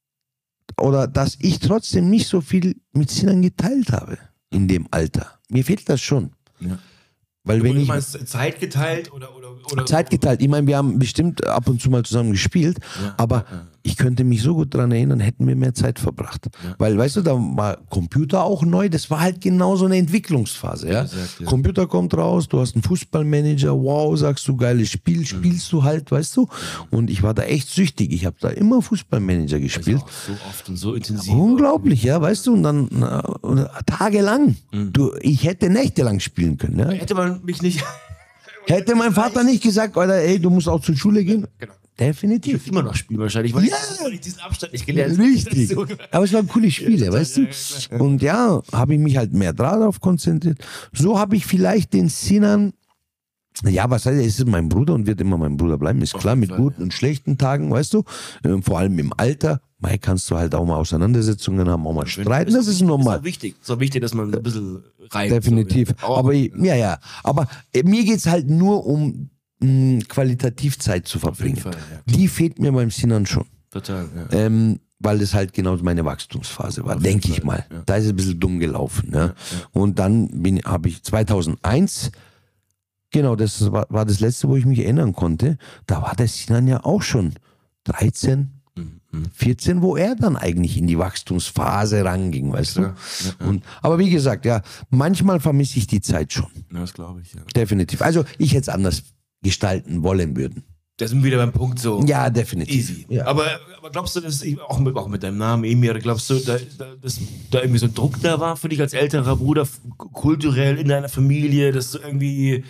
ich trotzdem nicht so viel mit Sinan geteilt habe in dem Alter. Mir fehlt das schon. Ja. Weil wenn Du ich meinst Zeit geteilt oder Zeit geteilt. Ich meine, wir haben bestimmt ab und zu mal zusammen gespielt, aber ich könnte mich so gut daran erinnern, hätten wir mehr Zeit verbracht. Weil, weißt du, da war Computer auch neu, das war halt genau so eine Entwicklungsphase. Ja? Exakt, ja. Computer kommt raus, du hast einen Fußballmanager, wow, sagst du, geiles Spiel, spielst du halt, weißt du. Und ich war da echt süchtig, ich habe da immer Fußballmanager gespielt. auch so oft und so intensiv. Unglaublich, ja, weißt du, und dann tagelang. Ich hätte nächtelang spielen können. Ja? Hätte man mich nicht. Hätte mein Vater nicht gesagt, Alter, ey, du musst auch zur Schule gehen? Genau. Definitiv. Ich immer noch spielen wahrscheinlich, weil ich diesen Abstand nicht gelernt Richtig. habe. Aber es waren coole Spiele, weißt du? Und ja, habe ich mich halt mehr darauf konzentriert. So habe ich vielleicht den Sinan Ja, was heißt, er ist mein Bruder und wird immer mein Bruder bleiben, ist klar, jeden mit Fall, guten und schlechten Tagen, weißt du, vor allem im Alter, mal kannst du halt auch mal Auseinandersetzungen haben, auch mal streiten, das ist normal. Ist auch wichtig, dass man ein bisschen reibt. Definitiv. So, ja. Aber aber mir geht's halt nur um qualitativ Zeit zu verbringen. Fall, ja. Die fehlt mir beim Sinan schon. Total, ja. Weil das halt genau meine Wachstumsphase war, denke ich mal. ja. Da ist es ein bisschen dumm gelaufen. Ja. Und dann habe ich 2001, genau, das war das letzte, wo ich mich erinnern konnte, da war der Sinan ja auch schon 13, 14, wo er dann eigentlich in die Wachstumsphase ranging, weißt du? Aber wie gesagt, ja, manchmal vermisse ich die Zeit schon. Ja, das glaube ich, ja. Definitiv. Also ich hätte es anders gestalten wollen würden. Da sind wir wieder beim Punkt so. Ja, definitiv. Easy. Ja. Aber glaubst du, dass auch mit deinem Namen Emir, glaubst du, dass da irgendwie so ein Druck da war für dich als älterer Bruder, kulturell in deiner Familie, dass du irgendwie,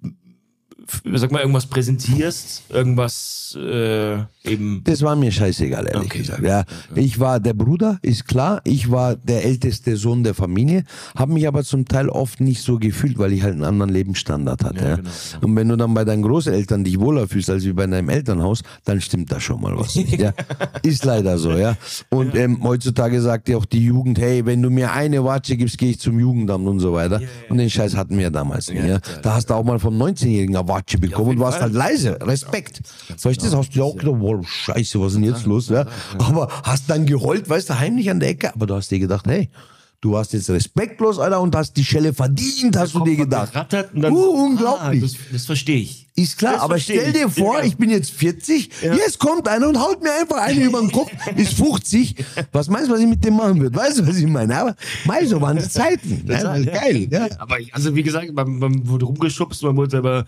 sag mal, irgendwas präsentierst, irgendwas eben. Das war mir scheißegal, ehrlich gesagt. Ja, ich war der Bruder, ist klar. Ich war der älteste Sohn der Familie, habe mich aber zum Teil oft nicht so gefühlt, weil ich halt einen anderen Lebensstandard hatte. Ja, genau. Und wenn du dann bei deinen Großeltern dich wohler fühlst als wie bei deinem Elternhaus, dann stimmt da schon mal was nicht. Ja, ist leider so, ja. Und heutzutage sagt ja auch die Jugend, hey, wenn du mir eine Watsche gibst, gehe ich zum Jugendamt und so weiter. Und den Scheiß hatten wir damals nicht. Ja. Da hast du auch mal vom 19-Jährigen eine Watsche bekommen und warst halt leise. Respekt. Verstehst du? Hast du ja auch gedacht, wow, scheiße, was ist denn jetzt los? Ja? Aber hast dann geheult, weißt du, heimlich an der Ecke, aber du hast dir gedacht, hey, du warst jetzt respektlos, Alter, und hast die Schelle verdient, hast du dir gedacht. Und dann unglaublich. Das verstehe ich. Ist klar, Das aber verstehe stell dir ich. vor, Ja. ich bin jetzt 40, jetzt kommt einer und haut mir einfach eine über den Kopf, ist 50. Was meinst du, was ich mit dem machen würde? Weißt du, was ich meine? Aber so waren die Zeiten. Total, Ja, geil. Ja. Aber also wie gesagt, man wurde rumgeschubst, man wurde,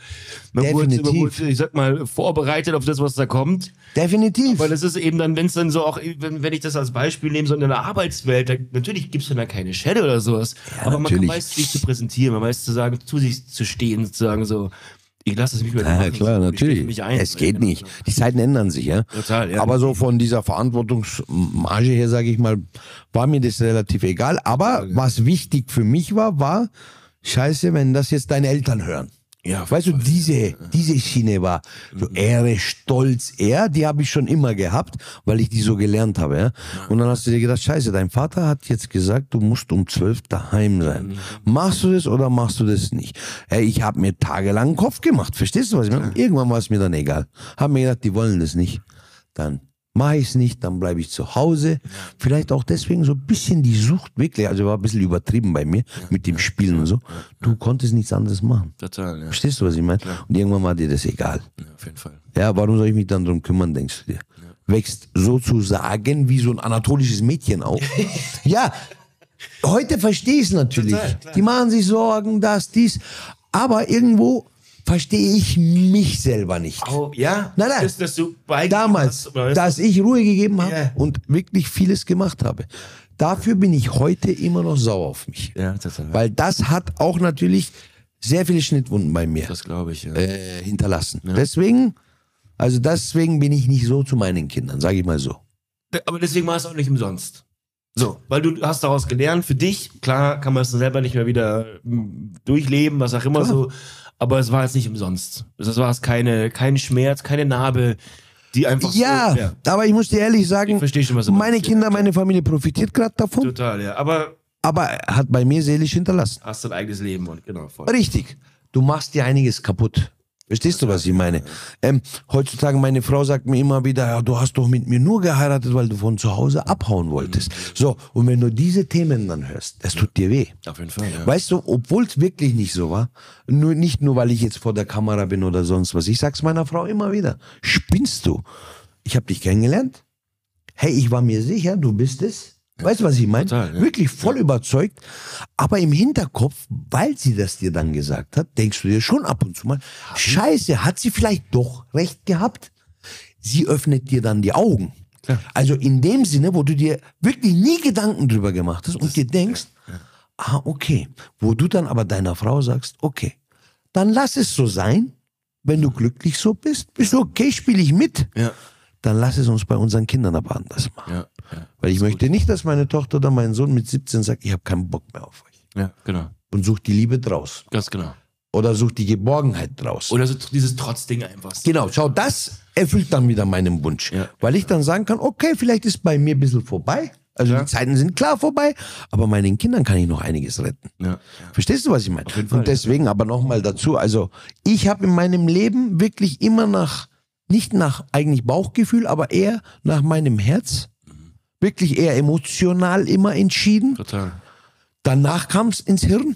ich sag mal, vorbereitet auf das, was da kommt. Definitiv. Weil das ist eben dann, wenn es dann so auch, wenn ich das als Beispiel nehme, so in der Arbeitswelt, natürlich gibt es dann da keine Schelle oder sowas. Ja, aber natürlich. man weiß, sich zu präsentieren, man weiß zu sagen, zu sich zu stehen, zu sagen so, ich lasse es mich über Ja, klar, natürlich. Mich ein. Es geht nicht. Die Zeiten ändern sich, ja. Total, ja. Aber so von dieser Verantwortungsmarge her, sage ich mal, war mir das relativ egal. Aber was wichtig für mich war, scheiße, wenn das jetzt deine Eltern hören. Ja, Weißt du, diese Schiene war so Ehre, Stolz, die habe ich schon immer gehabt, weil ich die so gelernt habe. Ja? Und dann hast du dir gedacht, scheiße, dein Vater hat jetzt gesagt, du musst um 12 daheim sein. Machst du das oder machst du das nicht? Hey, ich habe mir tagelang den Kopf gemacht, verstehst du, was ich meine? Irgendwann war es mir dann egal. Haben mir gedacht, die wollen das nicht. Dann mache ich es nicht, dann bleibe ich zu Hause. Vielleicht auch deswegen so ein bisschen die Sucht, wirklich, also war ein bisschen übertrieben bei mir mit dem Spielen und so. Du konntest nichts anderes machen. Total, ja. Verstehst du, was ich meine? Und irgendwann war dir das egal. Ja, auf jeden Fall. Ja, warum soll ich mich dann drum kümmern, denkst du dir? Wächst sozusagen wie so ein anatolisches Mädchen auf. Ja, heute verstehe ich es natürlich. Total, klar. Die machen sich Sorgen, dies. Aber irgendwo verstehe ich mich selber nicht. Oh, ja? Nein. Dass du Damals, dass ich Ruhe gegeben habe und wirklich vieles gemacht habe. Dafür bin ich heute immer noch sauer auf mich. Ja, total. Weil das hat auch natürlich sehr viele Schnittwunden bei mir Das glaube ich, ja. hinterlassen. Deswegen bin ich nicht so zu meinen Kindern, sage ich mal so. Aber deswegen war es auch nicht umsonst. So, weil du hast daraus gelernt, für dich, klar kann man es selber nicht mehr wieder durchleben, was auch immer so, aber es war jetzt nicht umsonst. Das war es kein Schmerz, keine Narbe, die einfach Ja, so, aber ich muss dir ehrlich sagen, Ich verstehe schon, was du meine meinst, Kinder, meine Familie profitiert gerade davon, total, ja. Aber aber hat bei mir seelisch hinterlassen. hast dein eigenes Leben und genau, voll. Richtig. Du machst dir einiges kaputt. Verstehst du, was ich meine? Heutzutage, meine Frau sagt mir immer wieder, ja, du hast doch mit mir nur geheiratet, weil du von zu Hause abhauen wolltest. So, und wenn du diese Themen dann hörst, das tut dir weh. Auf jeden Fall, ja. Weißt du, obwohl es wirklich nicht so war, nicht nur, weil ich jetzt vor der Kamera bin oder sonst was, ich sag's meiner Frau immer wieder, spinnst du? Ich habe dich kennengelernt, hey, ich war mir sicher, du bist es. Weißt du, was ich meine? Total, ja. Wirklich voll überzeugt. Aber im Hinterkopf, weil sie das dir dann gesagt hat, denkst du dir schon ab und zu mal, scheiße, hat sie vielleicht doch recht gehabt? Sie öffnet dir dann die Augen. Klar. Also in dem Sinne, wo du dir wirklich nie Gedanken drüber gemacht hast und dir denkst, okay. Wo du dann aber deiner Frau sagst, okay, dann lass es so sein. Wenn du glücklich so bist du okay, spiele ich mit. Ja, Dann lass es uns bei unseren Kindern aber anders machen. ja. Weil ich möchte nicht, dass meine Tochter oder mein Sohn mit 17 sagt, ich habe keinen Bock mehr auf euch. Ja, genau. Und sucht die Liebe draus. Ganz genau. oder suche die Geborgenheit draus. Oder so dieses Trotzding einfach. Genau, schau, das erfüllt dann wieder meinen Wunsch. Ja. Weil ich dann sagen kann, okay, vielleicht ist bei mir ein bisschen vorbei. Also die Zeiten sind klar vorbei, aber meinen Kindern kann ich noch einiges retten. Ja. Verstehst du, was ich meine? Auf jeden Fall, Und deswegen aber nochmal dazu, also ich habe in meinem Leben wirklich immer nicht nach eigentlich Bauchgefühl, aber eher nach meinem Herz, wirklich eher emotional immer entschieden. Total. Danach kam es ins Hirn.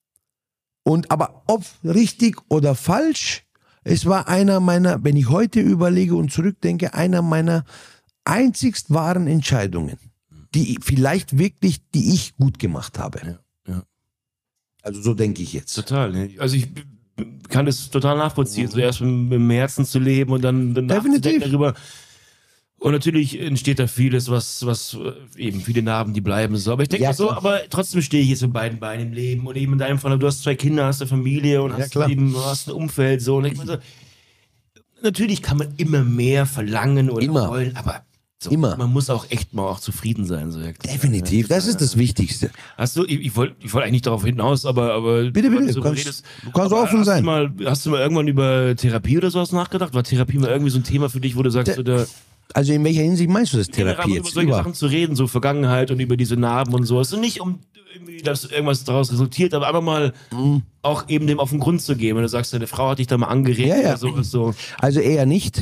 Und aber ob richtig oder falsch, es war einer meiner, wenn ich heute überlege und zurückdenke, einer meiner einzigst wahren Entscheidungen, die vielleicht wirklich, die ich gut gemacht habe. Ja. Also so denke ich jetzt. Total. Ne? Also ich kann das total nachvollziehen, so erst mit dem Herzen zu leben und dann nachzudenken darüber. Und natürlich entsteht da vieles, was eben viele Narben, die bleiben so. Aber ich denke so, aber trotzdem stehe ich jetzt mit beiden Beinen im Leben und eben in deinem Fall, du hast 2 Kinder, hast eine Familie und hast ein Umfeld so. Und ich meine so, natürlich kann man immer mehr verlangen oder wollen, aber so, man muss auch echt mal auch zufrieden sein. So. Definitiv, das ist das Wichtigste. Hast du, ich wollte eigentlich nicht darauf hinaus, aber bitte, so du kannst offen sein. Hast du mal irgendwann über Therapie oder sowas nachgedacht? War Therapie mal irgendwie so ein Thema für dich, wo du sagst, also in welcher Hinsicht meinst du das Therapie jetzt? Über solche Sachen zu reden, so Vergangenheit und über diese Narben und sowas. Und nicht um irgendwie, dass irgendwas daraus resultiert, aber einfach mal auch eben dem auf den Grund zu gehen. Wenn du sagst, deine Frau hat dich da mal angeregt oder sowas so. Also eher nicht,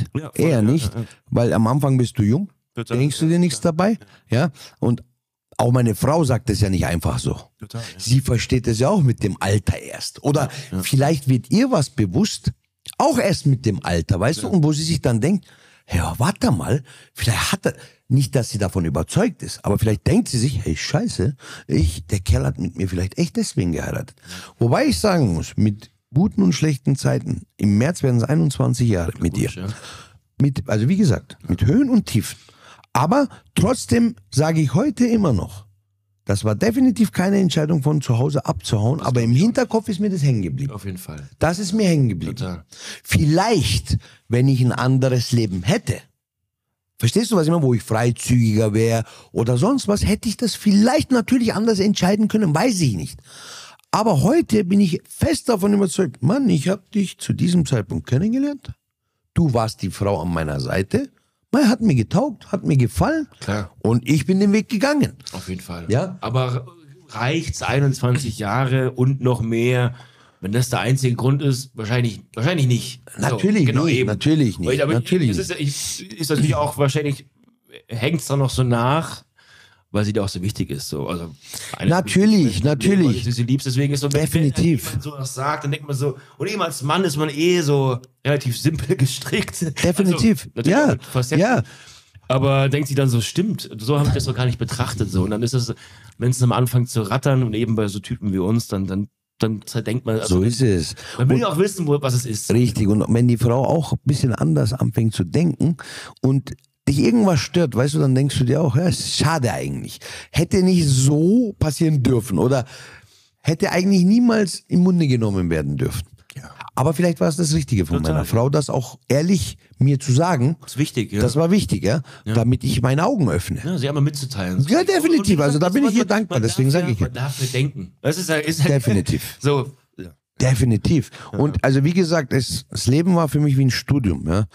weil am Anfang bist du jung, denkst du dir nichts dabei, ja, und auch meine Frau sagt es ja nicht einfach so. Total, Sie versteht es ja auch mit dem Alter erst. Oder vielleicht wird ihr was bewusst, auch erst mit dem Alter, weißt du, und wo sie sich dann denkt, ja, warte mal, vielleicht hat er, nicht, dass sie davon überzeugt ist, aber vielleicht denkt sie sich, hey, scheiße, der Kerl hat mit mir vielleicht echt deswegen geheiratet. Wobei ich sagen muss, mit guten und schlechten Zeiten, im März werden es 21 Jahre mit ihr. Ja. Also wie gesagt, mit Höhen und Tiefen. Aber trotzdem sage ich heute immer noch, das war definitiv keine Entscheidung von zu Hause abzuhauen, aber im Hinterkopf ist mir das hängen geblieben. Auf jeden Fall. Das ist mir hängen geblieben. Total. Vielleicht, wenn ich ein anderes Leben hätte, verstehst du, was ich meine, wo ich freizügiger wäre oder sonst was, hätte ich das vielleicht natürlich anders entscheiden können, weiß ich nicht. Aber heute bin ich fest davon überzeugt, Mann, ich habe dich zu diesem Zeitpunkt kennengelernt. Du warst die Frau an meiner Seite. Hat mir getaugt, hat mir gefallen. Klar. Und ich bin den Weg gegangen. Auf jeden Fall. Ja? Aber reicht's 21 Jahre und noch mehr? Wenn das der einzige Grund ist, wahrscheinlich nicht. Natürlich so, genau nicht, eben. natürlich nicht. Aber natürlich es ist natürlich auch wahrscheinlich, hängt's da noch so nach, weil sie dir auch so wichtig ist. So. Also natürlich. Weil du sie liebst, deswegen ist so, definitiv. Wenn jemand sowas sagt, dann denkt man so, und eben als Mann ist man so relativ simpel gestrickt. Definitiv, Also, ja. Aber denkt sie dann so, stimmt, so habe ich das noch gar nicht betrachtet. So. Und dann ist es, wenn es am Anfang zu rattern und eben bei so Typen wie uns, dann denkt man. Also, so ist es. Man will ja auch wissen, was es ist. Richtig, und wenn die Frau auch ein bisschen anders anfängt zu denken und dich irgendwas stört, weißt du, dann denkst du dir auch, ja, ist schade eigentlich. Hätte nicht so passieren dürfen oder hätte eigentlich niemals im Munde genommen werden dürfen. Ja. Aber vielleicht war es das Richtige von meiner Frau, das auch ehrlich mir zu sagen. Das ist wichtig, ja. Das war wichtig, ja, damit ich meine Augen öffne. Ja, sie einmal mitzuteilen. Ja, definitiv, also da bin ich ihr dankbar, deswegen sage ich ja. Man darf mir denken. Das ist definitiv. So. Ja. Definitiv. Und also wie gesagt, das Leben war für mich wie ein Studium, ja.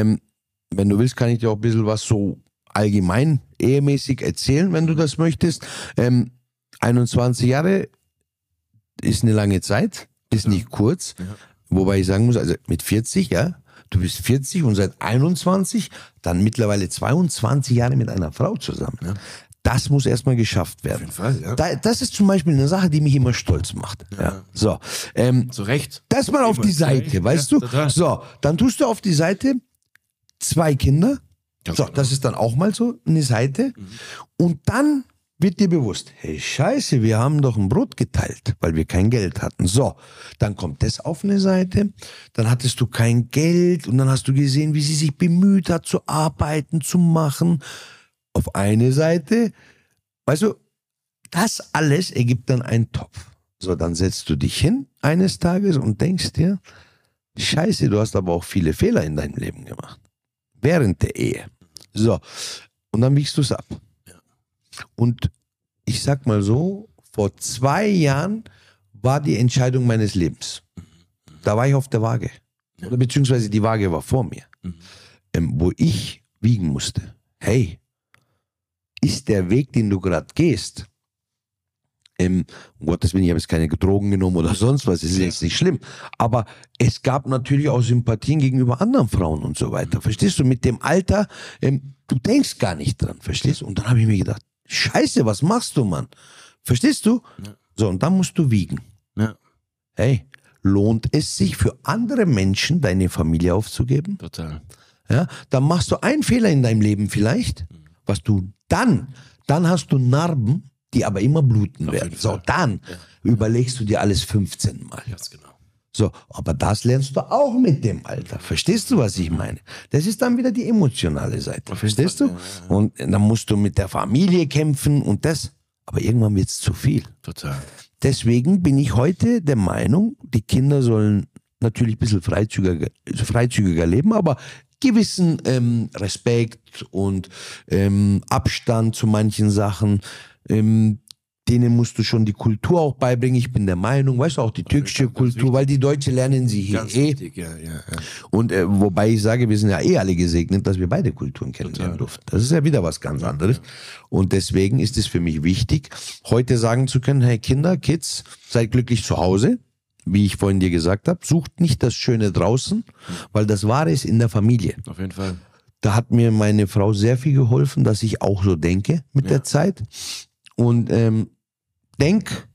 Wenn du willst, kann ich dir auch ein bisschen was so allgemein, ehemäßig erzählen, wenn du das möchtest. 21 Jahre ist eine lange Zeit, ist nicht kurz. Ja. Wobei ich sagen muss, also mit 40, ja, du bist 40 und seit 21, dann mittlerweile 22 Jahre mit einer Frau zusammen. Ja. Das muss erstmal geschafft werden. Auf jeden Fall, ja. Das ist zum Beispiel eine Sache, die mich immer stolz macht. Ja. So, zu Recht. Das mal auf die Seite, weißt du? Total. So, dann tust du auf die Seite 2 Kinder. So, das ist dann auch mal so eine Seite. Und dann wird dir bewusst, hey Scheiße, wir haben doch ein Brot geteilt, weil wir kein Geld hatten. So, dann kommt das auf eine Seite, dann hattest du kein Geld und dann hast du gesehen, wie sie sich bemüht hat zu arbeiten, zu machen. Auf eine Seite, weißt du, das alles ergibt dann einen Topf. So, dann setzt du dich hin eines Tages und denkst dir, Scheiße, du hast aber auch viele Fehler in deinem Leben gemacht. Während der Ehe. So, und dann wiegst du es ab. Und ich sag mal so, vor 2 Jahren war die Entscheidung meines Lebens. da war ich auf der Waage. Oder beziehungsweise die Waage war vor mir. Wo ich wiegen musste. Hey, ist der Weg, den du gerade gehst, um Gottes Willen, ich habe jetzt keine Drogen genommen oder sonst was, das ist jetzt nicht schlimm. Aber es gab natürlich auch Sympathien gegenüber anderen Frauen und so weiter. Verstehst du, mit dem Alter, du denkst gar nicht dran, verstehst du? Und dann habe ich mir gedacht, Scheiße, was machst du, Mann? Verstehst du? Ja. So, und dann musst du wiegen. Ja. Hey, lohnt es sich für andere Menschen, deine Familie aufzugeben? Total. Ja, dann machst du einen Fehler in deinem Leben vielleicht, was du dann hast du Narben, die aber immer bluten werden. So, dann überlegst du dir alles 15 Mal. Ganz genau. So, aber das lernst du auch mit dem Alter. Verstehst du, was ich meine? Das ist dann wieder die emotionale Seite. Verstehst du? Und dann musst du mit der Familie kämpfen und das. Aber irgendwann wird es zu viel. Total. Deswegen bin ich heute der Meinung, die Kinder sollen natürlich ein bisschen freizügiger leben, aber gewissen Respekt und Abstand zu manchen Sachen, denen musst du schon die Kultur auch beibringen. Ich bin der Meinung, weißt du, auch die türkische Kultur, weil die Deutsche lernen sie hier wichtig, ja. Und wobei ich sage, wir sind ja alle gesegnet, dass wir beide Kulturen kennenlernen durften. Das ist ja wieder was ganz anderes. Und deswegen ist es für mich wichtig, heute sagen zu können, hey Kids, seid glücklich zu Hause. Wie ich vorhin dir gesagt habe, sucht nicht das Schöne draußen, weil das Wahre ist in der Familie. Auf jeden Fall. Da hat mir meine Frau sehr viel geholfen, dass ich auch so denke mit der Zeit. Und denk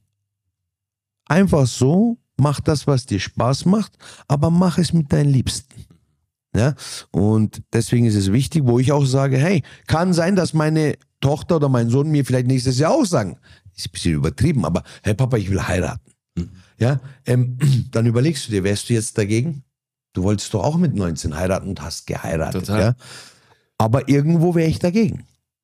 einfach so, mach das, was dir Spaß macht, aber mach es mit deinen Liebsten. Ja? Und deswegen ist es wichtig, wo ich auch sage, hey, kann sein, dass meine Tochter oder mein Sohn mir vielleicht nächstes Jahr auch sagen, ist ein bisschen übertrieben, aber hey Papa, ich will heiraten. Ja, dann überlegst du dir, wärst du jetzt dagegen? Du wolltest doch auch mit 19 heiraten und hast geheiratet. Total. Ja? Aber irgendwo wäre ich dagegen.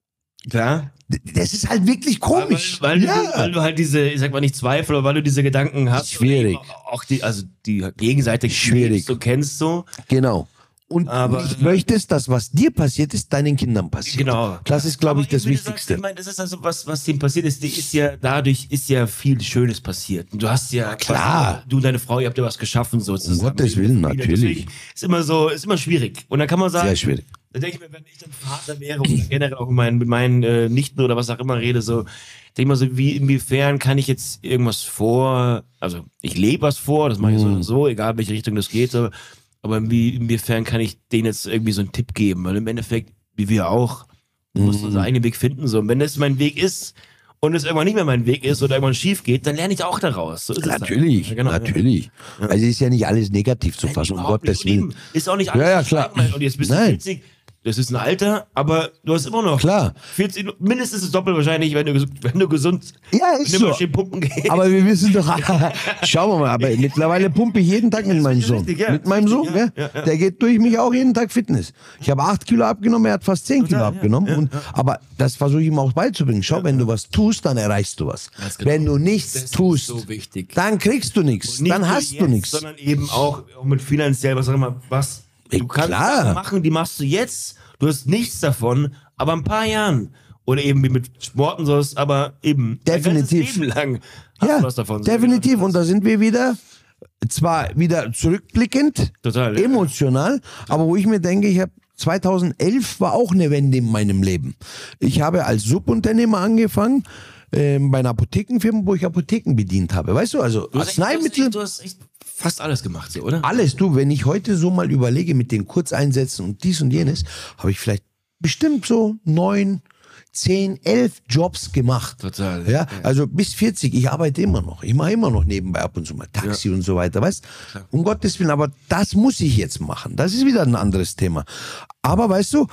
Klar. Das ist halt wirklich komisch. Weil du halt diese, ich sag mal nicht Zweifel, aber weil du diese Gedanken hast. Schwierig. Auch die Gegenseite schwierig. Du kennst so. Genau. Und ich möchtest, dass was dir passiert ist, deinen Kindern passiert. Genau. Das ist, glaube ich, das Wichtigste. Ich meine, das ist also was dem passiert ist, dadurch ist ja viel Schönes passiert. Und du hast ja, klar. Du und deine Frau, ihr habt ja was geschaffen sozusagen. Um Gottes Willen, natürlich. Ist immer schwierig. Und dann kann man sagen, sehr schwierig. Da denke ich mir, wenn ich dann Vater wäre oder generell auch mit meinen Nichten oder was auch immer rede, so, denke ich mal so, inwiefern kann ich jetzt irgendwas also ich lebe was vor, das mache ich so oder so, egal in welche Richtung das geht, so, aber inwiefern kann ich denen jetzt irgendwie so einen Tipp geben, weil im Endeffekt, wie wir auch, du musst unseren eigenen Weg finden, so, und wenn das mein Weg ist und es irgendwann nicht mehr mein Weg ist oder irgendwann schief geht, dann lerne ich auch daraus. So ist natürlich, es dann. natürlich. Ja. Also ist ja nicht alles negativ zu fassen, um Gottes Willen. Ist auch nicht alles. Ja, klar. Und jetzt bist du 40, das ist ein Alter, aber du hast immer noch 40, mindestens das Doppel wahrscheinlich, wenn du gesund schön pumpen gehst. Aber wir wissen doch, schauen wir mal, aber mittlerweile pumpe ich jeden Tag mit meinem Sohn. Richtig, mit meinem Sohn, der geht durch mich auch jeden Tag Fitness. Ich habe 8 Kilo abgenommen, er hat fast 10 Kilo abgenommen. Aber das versuche ich ihm auch beizubringen. Schau, wenn du was tust, dann erreichst du was. Genau. Wenn du nichts tust, so dann kriegst du nichts, dann hast du nichts. Sondern eben auch mit finanziell, was auch immer, was du kannst machen, die machst du jetzt, du hast nichts davon, aber ein paar Jahren. Oder eben wie mit Sporten sollst, aber eben definitiv. Dein ganzes Leben lang hast du was davon. Definitiv. Und da sind wir zwar wieder zurückblickend, total, emotional, aber wo ich mir denke, 2011 war auch eine Wende in meinem Leben. Ich habe als Subunternehmer angefangen, bei einer Apothekenfirma, wo ich Apotheken bedient habe. Weißt du, also Arzneimittel. Du hast echt fast alles gemacht, so, oder? Alles, du, wenn ich heute so mal überlege mit den Kurzeinsätzen und dies und jenes, habe ich vielleicht bestimmt so 9, 10, 11 Jobs gemacht. Total. Ja, also bis 40, ich arbeite immer noch. Ich mache immer noch nebenbei ab und zu mal Taxi und so weiter, weißt du? Um Gottes Willen, aber das muss ich jetzt machen. Das ist wieder ein anderes Thema. Aber weißt du,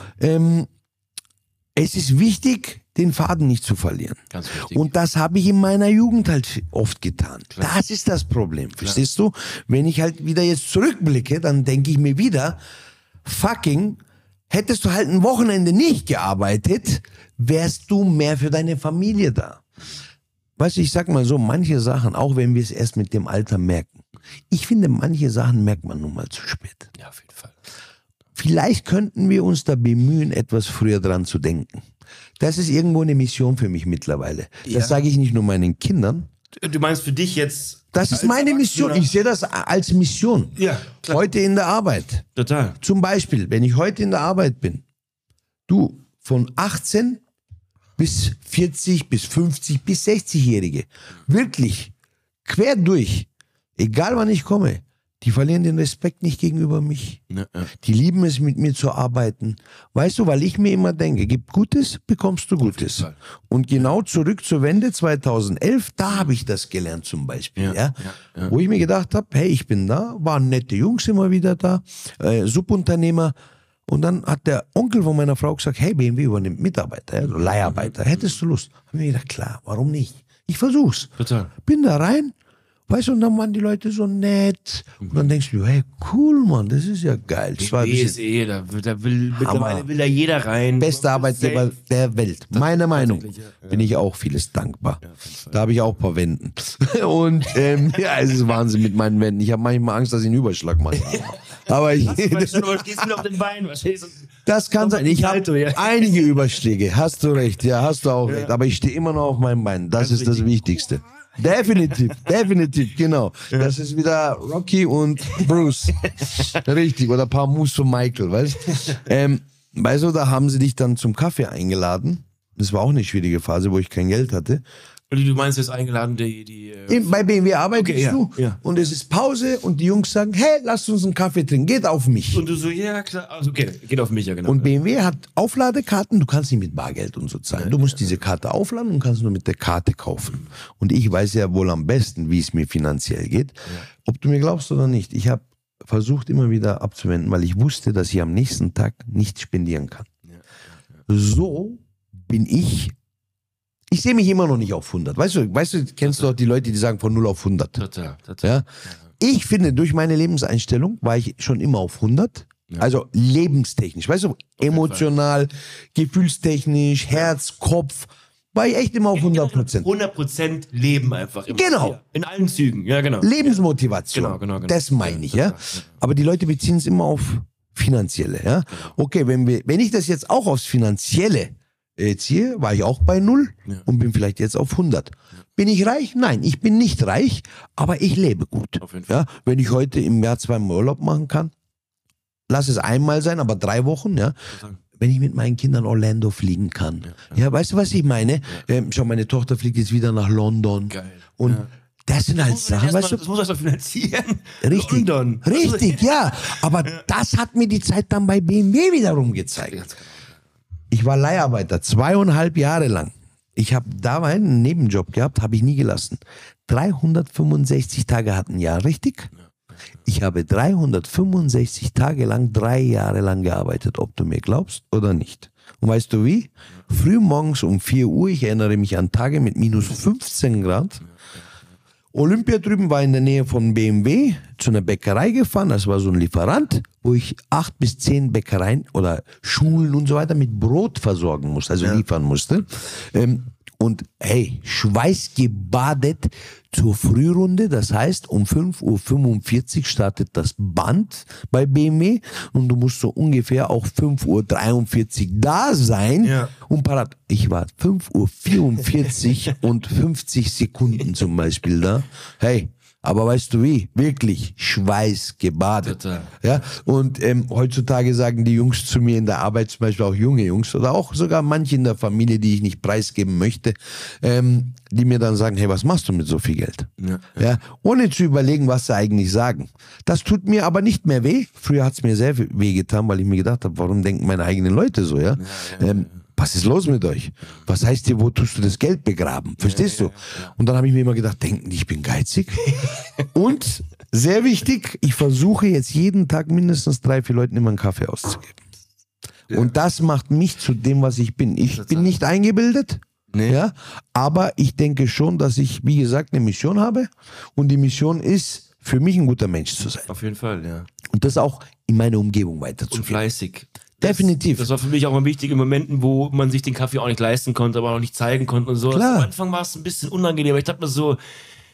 es ist wichtig, den Faden nicht zu verlieren. Ganz wichtig. Und das habe ich in meiner Jugend halt oft getan. Klar. Das ist das Problem, verstehst du? Wenn ich halt wieder jetzt zurückblicke, dann denke ich mir wieder, hättest du halt ein Wochenende nicht gearbeitet, wärst du mehr für deine Familie da. Weißt du, ich sag mal so, manche Sachen, auch wenn wir es erst mit dem Alter merken, ich finde, manche Sachen merkt man nun mal zu spät. Ja, auf jeden Fall. Vielleicht könnten wir uns da bemühen, etwas früher dran zu denken. Das ist irgendwo eine Mission für mich mittlerweile. Das sage ich nicht nur meinen Kindern, Du meinst für dich jetzt... Das ist meine Mission. Ich sehe das als Mission. Ja, klar. Heute in der Arbeit. Total. Zum Beispiel, wenn ich heute in der Arbeit bin, du von 18 bis 40, bis 50, bis 60-Jährige, wirklich quer durch, egal wann ich komme, die verlieren den Respekt nicht gegenüber mich. Ja. Die lieben es, mit mir zu arbeiten. Weißt du, weil ich mir immer denke, gib Gutes, bekommst du Gutes. Und genau zurück zur Wende 2011, da habe ich das gelernt zum Beispiel. Ja. Wo ich mir gedacht habe, hey, ich bin da, waren nette Jungs immer wieder da, Subunternehmer. Und dann hat der Onkel von meiner Frau gesagt, hey, BMW übernimmt Mitarbeiter, also Leiharbeiter. Hättest du Lust? Hab mir gedacht, klar, warum nicht? Ich versuch's. Total. Bin da rein. Weißt du, und dann waren die Leute so nett. Und dann denkst du, hey, cool, Mann, das ist ja geil. Das war mittlerweile will da jeder rein. Beste Arbeitgeber der Welt. Meiner Meinung. Bin ich auch vieles dankbar. Da habe ich auch ein paar Wänden. Und ja, es ist Wahnsinn mit meinen Wänden. Ich habe manchmal Angst, dass ich einen Überschlag mache. Aber ich... Das kann sein. Ich habe einige Überschläge. Hast du recht. Ja, hast du auch recht. Aber ich stehe immer noch auf meinen Beinen. Das ist das Wichtigste. Definitiv, genau. Das ist wieder Rocky und Bruce. Richtig, oder ein paar Moves von Michael, weißt weißt du, da haben sie dich dann zum Kaffee eingeladen. Das war auch eine schwierige Phase, wo ich kein Geld hatte. Du meinst jetzt eingeladen, bei BMW arbeitest du ja. Und es ist Pause und die Jungs sagen, hey, lasst uns einen Kaffee trinken, geht auf mich. Und du so, ja klar, also okay, geht auf mich, ja genau. Und BMW hat Aufladekarten, du kannst nicht mit Bargeld und so zahlen. Du musst diese Karte aufladen und kannst nur mit der Karte kaufen. Und ich weiß ja wohl am besten, wie es mir finanziell geht. Ob du mir glaubst oder nicht, ich habe versucht immer wieder abzuwenden, weil ich wusste, dass ich am nächsten Tag nichts spendieren kann. So bin ich sehe mich immer noch nicht auf 100. Weißt du, kennst du auch die Leute, die sagen von 0 auf 100? Total. Ja? Ich finde, durch meine Lebenseinstellung war ich schon immer auf 100. Ja. Also lebenstechnisch, weißt du, emotional, gefühlstechnisch, Herz, Kopf, war ich echt immer auf 100%. 100% Leben einfach. Immer. Genau. In allen Zügen, ja genau. Lebensmotivation, genau. Das meine ich, ja. Aber die Leute beziehen es immer auf Finanzielle, ja. Okay, wenn ich das jetzt auch aufs Finanzielle ziehe, war ich auch bei 0 und bin vielleicht jetzt auf 100. Bin ich reich? Nein, ich bin nicht reich, aber ich lebe gut. Auf jeden Fall. Ja, wenn ich heute im Jahr 2-mal Urlaub machen kann, lass es einmal sein, aber 3 Wochen, ja. Wenn ich mit meinen Kindern Orlando fliegen kann. Ja, weißt du, was ich meine? Schau, meine Tochter fliegt jetzt wieder nach London. Geil. Und das sind halt Sachen, weißt du? Das muss erst mal finanzieren. Richtig, London. richtig, ja. Aber das hat mir die Zeit dann bei BMW wiederum gezeigt. Ich war Leiharbeiter, 2,5 Jahre lang. Ich habe da einen Nebenjob gehabt, habe ich nie gelassen. 365 Tage hat ein Jahr, richtig? Ich habe 365 Tage lang, 3 Jahre lang gearbeitet, ob du mir glaubst oder nicht. Und weißt du wie? Früh morgens um 4 Uhr, ich erinnere mich an Tage mit minus 15 Grad. Olympia drüben war in der Nähe von BMW, zu einer Bäckerei gefahren, das war so ein Lieferant, wo ich 8 bis 10 Bäckereien oder Schulen und so weiter mit Brot versorgen musste, also liefern musste. Und hey, schweißgebadet zur Frührunde, das heißt um 5:45 Uhr startet das Band bei BMW und du musst so ungefähr auch 5:43 Uhr da sein und parat. Ich war 5:44 Uhr und 50 Sekunden zum Beispiel da. Hey, aber weißt du wie? Wirklich schweißgebadet. Total. Ja? Und heutzutage sagen die Jungs zu mir in der Arbeit, zum Beispiel auch junge Jungs oder auch sogar manche in der Familie, die ich nicht preisgeben möchte, die mir dann sagen, hey, was machst du mit so viel Geld? Ja? Ohne zu überlegen, was sie eigentlich sagen. Das tut mir aber nicht mehr weh. Früher hat es mir sehr weh getan, weil ich mir gedacht habe, warum denken meine eigenen Leute so? Ja? Was ist los mit euch? Was heißt hier, wo tust du das Geld begraben? Verstehst du? Und dann habe ich mir immer gedacht, denken die, ich bin geizig? Und sehr wichtig, ich versuche jetzt jeden Tag mindestens 3, 4 Leuten immer einen Kaffee auszugeben. Und das macht mich zu dem, was ich bin. Ich bin nicht eingebildet, ja, aber ich denke schon, dass ich, wie gesagt, eine Mission habe. Und die Mission ist, für mich ein guter Mensch zu sein. Auf jeden Fall, ja. Und das auch in meine Umgebung Und weiterzugeben. fleißig. Definitiv. Das war für mich auch mal wichtig in Momenten, wo man sich den Kaffee auch nicht leisten konnte, aber auch nicht zeigen konnte und so. Klar. Am Anfang war es ein bisschen unangenehm, aber ich dachte mir so,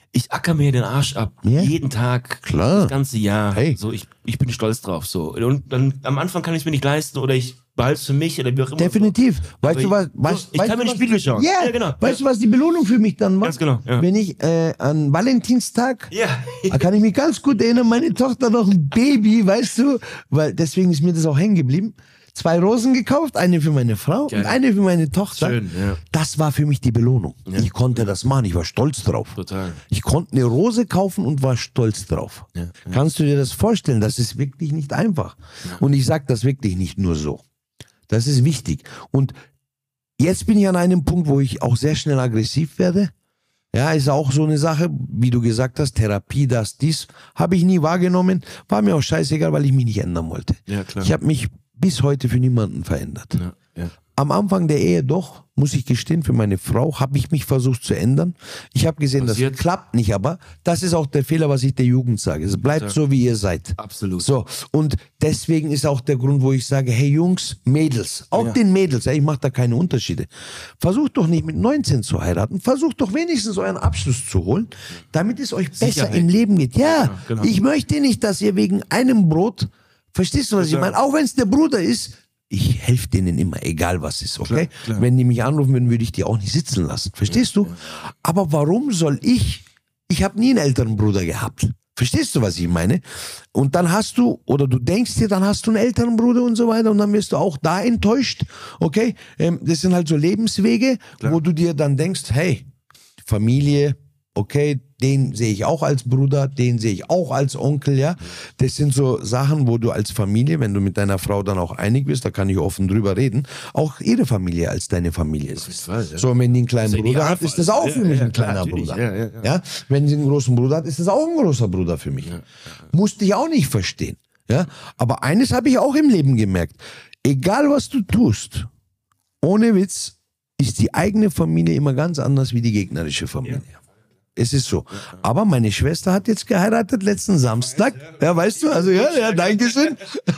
ich acker mir den Arsch ab. Ja. Jeden Tag. Klar. Das ganze Jahr. Hey. So, ich bin stolz drauf. So. Und dann am Anfang kann ich es mir nicht leisten oder ich behalte es für mich oder wie auch immer. Definitiv. So. Weißt du was? Ich kann mir in den Spiegel schauen. Ja, genau. Weißt du, was die Belohnung für mich dann war? Ganz genau, ja. Wenn ich an Valentinstag, Ja. da kann ich mich ganz gut erinnern, meine Tochter noch ein Baby, weißt du, weil deswegen ist mir das auch hängen geblieben. 2 Rosen gekauft, eine für meine Frau Geil. und eine für meine Tochter. Schön, ja. Das war für mich die Belohnung. Ja. Ich konnte das machen, ich war stolz drauf. Total. Ich konnte eine Rose kaufen und war stolz drauf. Ja. Kannst du dir das vorstellen? Das ist wirklich nicht einfach. Und ich sage das wirklich nicht nur so. Das ist wichtig. Und jetzt bin ich an einem Punkt, wo ich auch sehr schnell aggressiv werde. Ja, ist auch so eine Sache, wie du gesagt hast, Therapie, dies, habe ich nie wahrgenommen. War mir auch scheißegal, weil ich mich nicht ändern wollte. Ja, klar. Ich habe mich bis heute für niemanden verändert. Ja, ja. Am Anfang der Ehe doch, muss ich gestehen, für meine Frau habe ich mich versucht zu ändern. Ich habe gesehen, Passiert. das klappt nicht, aber das ist auch der Fehler, was ich der Jugend sage. Es bleibt Ja. so, wie ihr seid. Absolut. So, und deswegen ist auch der Grund, wo ich sage, hey Jungs, Mädels, auch Ja. den Mädels, ja, ich mache da keine Unterschiede. Versucht doch nicht mit 19 zu heiraten, versucht doch wenigstens euren Abschluss zu holen, damit es euch besser Sicherheit. im Leben geht. Ja, Ja, genau. ich möchte nicht, dass ihr wegen einem Brot, verstehst du, was ich Ja. meine? Auch wenn es der Bruder ist, ich helfe denen immer, egal was ist, okay? Klar. Wenn die mich anrufen würden, würde ich die auch nicht sitzen lassen, verstehst du? Aber warum soll ich habe nie einen älteren Bruder gehabt. Verstehst du, was ich meine? Und dann hast du, oder du denkst dir, dann hast du einen älteren Bruder und so weiter und dann wirst du auch da enttäuscht, okay? Das sind halt so Lebenswege, wo du dir dann denkst, hey, Familie, okay, den sehe ich auch als Bruder, den sehe ich auch als Onkel, ja. Das sind so Sachen, wo du als Familie, wenn du mit deiner Frau dann auch einig bist, da kann ich offen drüber reden, auch ihre Familie als deine Familie ist. Fall, ja. So, wenn die einen kleinen Das ist ja Bruder hat, ideal. ist das auch für Ja, mich ja, ein klar, kleiner natürlich. Bruder. Ja. Ja, wenn sie einen großen Bruder hat, ist das auch ein großer Bruder für mich. Musste ich auch nicht verstehen. Ja, aber eines habe ich auch im Leben gemerkt. Egal was du tust, ohne Witz, ist die eigene Familie immer ganz anders wie die gegnerische Familie. Es ist so. Aber meine Schwester hat jetzt geheiratet letzten Samstag. Ja, weißt du, also ja, danke schön.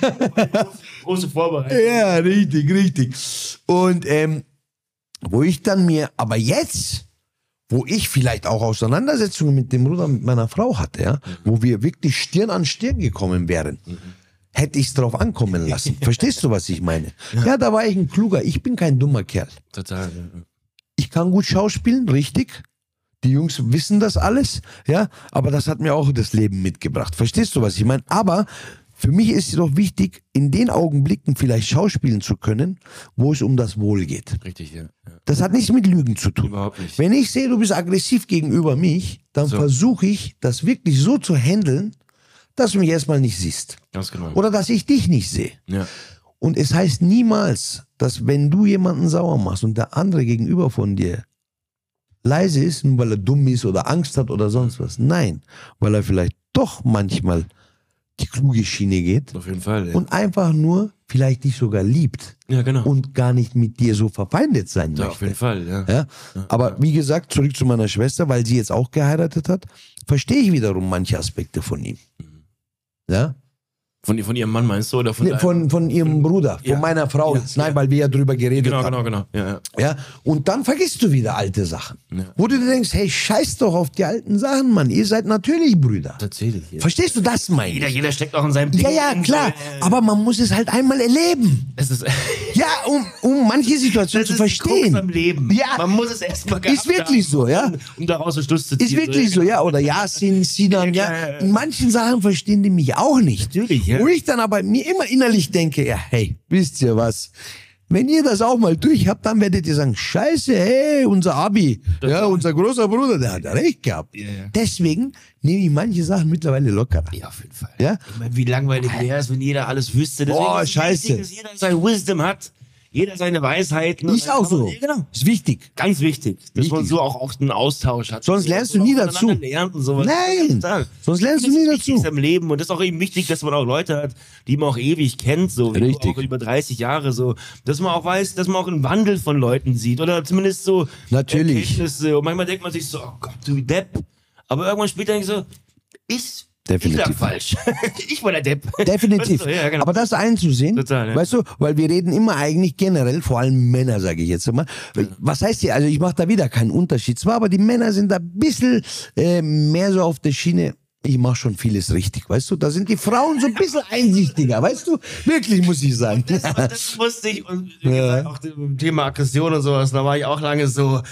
Große Vorbereitung. Ja, richtig. Und wo ich dann aber jetzt, wo ich vielleicht auch Auseinandersetzungen mit dem Bruder, mit meiner Frau hatte, ja, wo wir wirklich Stirn an Stirn gekommen wären, hätte ich es drauf ankommen lassen. Verstehst du, was ich meine? Ja, da war ich ein kluger, ich bin kein dummer Kerl. Total. Ja. Ich kann gut schauspielen, richtig. Die Jungs wissen das alles, ja, aber das hat mir auch das Leben mitgebracht. Verstehst du, was ich meine? Aber für mich ist es doch wichtig, in den Augenblicken vielleicht schauspielen zu können, wo es um das Wohl geht. Richtig, ja. Das hat nichts mit Lügen zu tun. Überhaupt nicht. Wenn ich sehe, du bist aggressiv gegenüber mich, dann So. versuche ich, das wirklich so zu handeln, dass du mich erstmal nicht siehst. Ganz genau. Oder dass ich dich nicht sehe. Ja. Und es heißt niemals, dass wenn du jemanden sauer machst und der andere gegenüber von dir leise ist, nur weil er dumm ist oder Angst hat oder sonst was. Nein, weil er vielleicht doch manchmal die kluge Schiene geht Auf jeden Fall. Ja, und einfach nur vielleicht dich sogar liebt ja genau. und gar nicht mit dir so verfeindet sein Ja, auf jeden möchte. Fall, ja. Ja? Aber wie gesagt, zurück zu meiner Schwester, weil sie jetzt auch geheiratet hat, verstehe ich wiederum manche Aspekte von ihm. Ja? Von ihrem Mann meinst du? Oder von, Von ihrem Bruder, von Ja. meiner Frau Ja, jetzt. Nein, ja. weil wir ja drüber geredet haben. Genau. Ja. Ja, und dann vergisst du wieder alte Sachen. Ja. Wo du dir denkst, hey, scheiß doch auf die alten Sachen, Mann. Ihr seid natürlich Brüder. Tatsächlich. Ja. Verstehst du das, mein ich? Jeder steckt auch in seinem Ding. Ja, klar. Aber man muss es halt einmal erleben. Es ist, Ja, um manche Situationen zu die Krux verstehen. am Leben. Ja. Man muss es erstmal Ist wirklich so, ja. Um daraus einen Schluss zu ziehen. Ist wirklich so, ja. Oder Yasin, Sinan, ja. In manchen Sachen verstehen die mich auch nicht. Natürlich, ja. Wo ich dann aber mir immer innerlich denke, ja, hey, wisst ihr was? Wenn ihr das auch mal durch habt, dann werdet ihr sagen, scheiße, hey, unser Abi, ja, unser großer Bruder, der hat ja recht gehabt. Ja. Deswegen nehme ich manche Sachen mittlerweile lockerer. Ja, auf jeden Fall. Ja? Ich meine, wie langweilig wäre es, wenn jeder alles wüsste. Deswegen Boah, ist es scheiße. wichtig, dass jeder sein Wisdom hat. Jeder seine Weisheiten. Und Ist dann auch kann man- so. Ja, genau. Ist wichtig. Ganz wichtig, dass man Wichtig. so auch einen Austausch hat. Sonst So, lernst dass man du nie auch dazu. voneinander lernt und sowas. Nein. Total. Sonst lernst du Das nie ist das dazu. Wichtigste im Leben und das ist auch eben wichtig, dass man auch Leute hat, die man auch ewig kennt, so wie du Richtig. auch über 30 Jahre so, dass man auch weiß, dass man auch einen Wandel von Leuten sieht oder zumindest so Natürlich. Erkenntnisse. Und manchmal denkt man sich so, oh Gott, du Depp. Aber irgendwann später denke ich so, ist Definitiv. Ich lag falsch. Ich war der Depp. Definitiv. Weißt du, ja, genau. Aber das einzusehen, Total, ja. weißt du, weil wir reden immer eigentlich generell, vor allem Männer, sage ich jetzt mal. Was heißt hier? Also ich mache da wieder keinen Unterschied. Zwar, aber die Männer sind da ein bisschen mehr so auf der Schiene. Ich mache schon vieles richtig, weißt du? Da sind die Frauen so ein bisschen einsichtiger, weißt du? Wirklich, muss ich sagen. Das wusste ich. Und wie gesagt, auch dem Thema Aggression und sowas, da war ich auch lange so,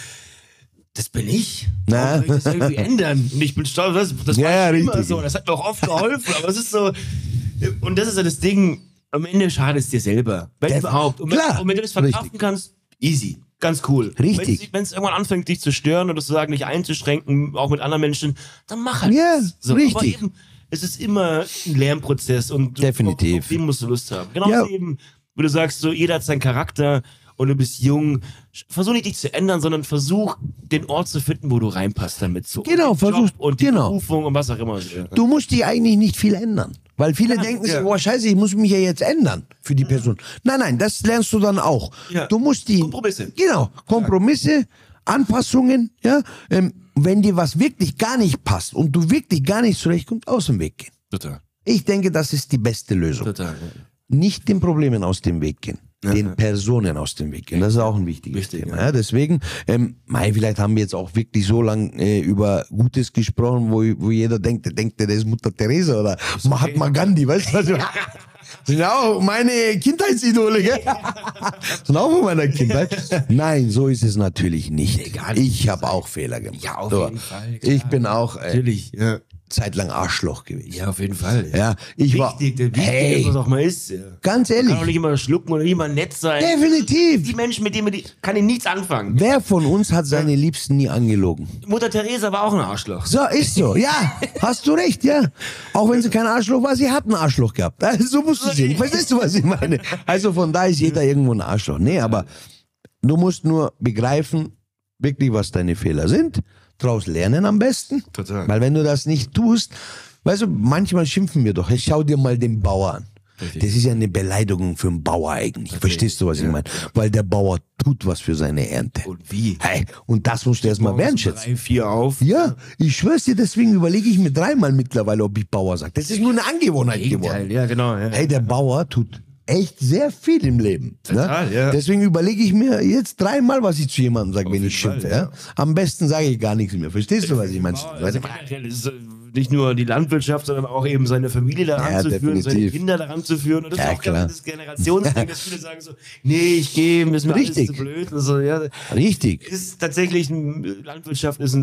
das bin ich. Na? Warum soll ich das irgendwie ändern? Und ich bin stolz, das Ja, war ja, schon immer richtig. so. Das hat mir auch oft geholfen, aber es ist so, und das ist ja das Ding, am Ende schadet es dir selber. Wenn überhaupt. Und Klar. wenn du das verkraften Richtig. kannst, easy. Ganz cool. Richtig. Wenn es irgendwann anfängt, dich zu stören oder sozusagen dich einzuschränken, auch mit anderen Menschen, dann mach halt Ja, das. So, richtig. Aber eben, es ist immer ein Lernprozess und Definitiv. auf den musst du Lust haben. Genau Ja. eben, wo du sagst, so jeder hat seinen Charakter und du bist jung. Versuch nicht dich zu ändern, sondern versuch den Ort zu finden, wo du reinpasst damit. So. Genau, Und den versuch- Job und die genau. Berufung und was auch immer. Ja. Du musst dich eigentlich nicht viel ändern. Weil viele denken sich, boah, scheiße, ich muss mich ja jetzt ändern für die Person. Nein, nein, das lernst du dann auch. Ja. Du musst die... Kompromisse. Genau, Kompromisse, Anpassungen, ja. Wenn dir was wirklich gar nicht passt und du wirklich gar nicht zurechtkommst, aus dem Weg gehen. Total. Ich denke, das ist die beste Lösung. Total. Nicht den Problemen aus dem Weg gehen. Den Personen aus dem Weg gehen. Das ist auch ein wichtiges Wichtig, Thema. ja. Ja, deswegen, vielleicht haben wir jetzt auch wirklich so lange über Gutes gesprochen, wo jeder denkt, der ist Mutter Teresa oder Mahatma Gandhi, weißt du? Was? Das sind ja auch meine Kindheitsidole, gell? Sind auch von meiner Kindheit. Nein, so ist es natürlich nicht. gar nicht. Ich habe auch Fehler gemacht. Ja, auf So. jeden Fall, klar. Ich bin auch Natürlich. Ja. zeitlang Arschloch gewesen. Ja, auf jeden Fall. Ja, ich war. Wichtig, Hey, was auch mal ist. Ja. ganz Kann auch ehrlich, nicht immer schlucken oder nicht immer nett sein. definitiv. Die Menschen, mit denen kann ich nichts anfangen. Wer von uns hat seine Liebsten nie angelogen? Mutter Teresa war auch ein Arschloch. So, ist so. Ja, hast du recht, ja. Auch wenn sie kein Arschloch war, sie hat ein Arschloch gehabt. Also, so musst du sehen. Verstehst du, was ich meine? Also von da ist jeder irgendwo ein Arschloch. Nee, aber du musst nur begreifen, wirklich, was deine Fehler sind. Draus lernen am besten. Total. Weil wenn du das nicht tust, weißt du, manchmal schimpfen wir doch. Hey, schau dir mal den Bauer an. Richtig. Das ist ja eine Beleidigung für einen Bauer eigentlich. Verstehst du, was ich meine? Weil der Bauer tut was für seine Ernte. Und wie? Hey, und das musst du erstmal wertschätzen. 3, 4 auf. Ja, ich schwör's dir, deswegen überlege ich mir dreimal mittlerweile, ob ich Bauer sage. Das ist nur eine Angewohnheit geworden. Gegenteil, ja, genau. Ja. Hey, der Bauer tut echt sehr viel im Leben. Total, ne? ja. Deswegen überlege ich mir jetzt dreimal, was ich zu jemandem sage, wenn jeden ich schimpfe. Fall, Ja? ja. Am besten sage ich gar nichts mehr. Verstehst du, was ich meine? Also generell ist nicht nur die Landwirtschaft, sondern auch eben seine Familie daran Ja, zu führen, seine definitiv. Kinder daran zu führen. Und das Ja, ist auch klar. das Generationsding, dass viele sagen so, nee, ich gehe, mir ist mir alles Richtig. zu blöd. Und so, ja. Richtig. Ist tatsächlich, Landwirtschaft ist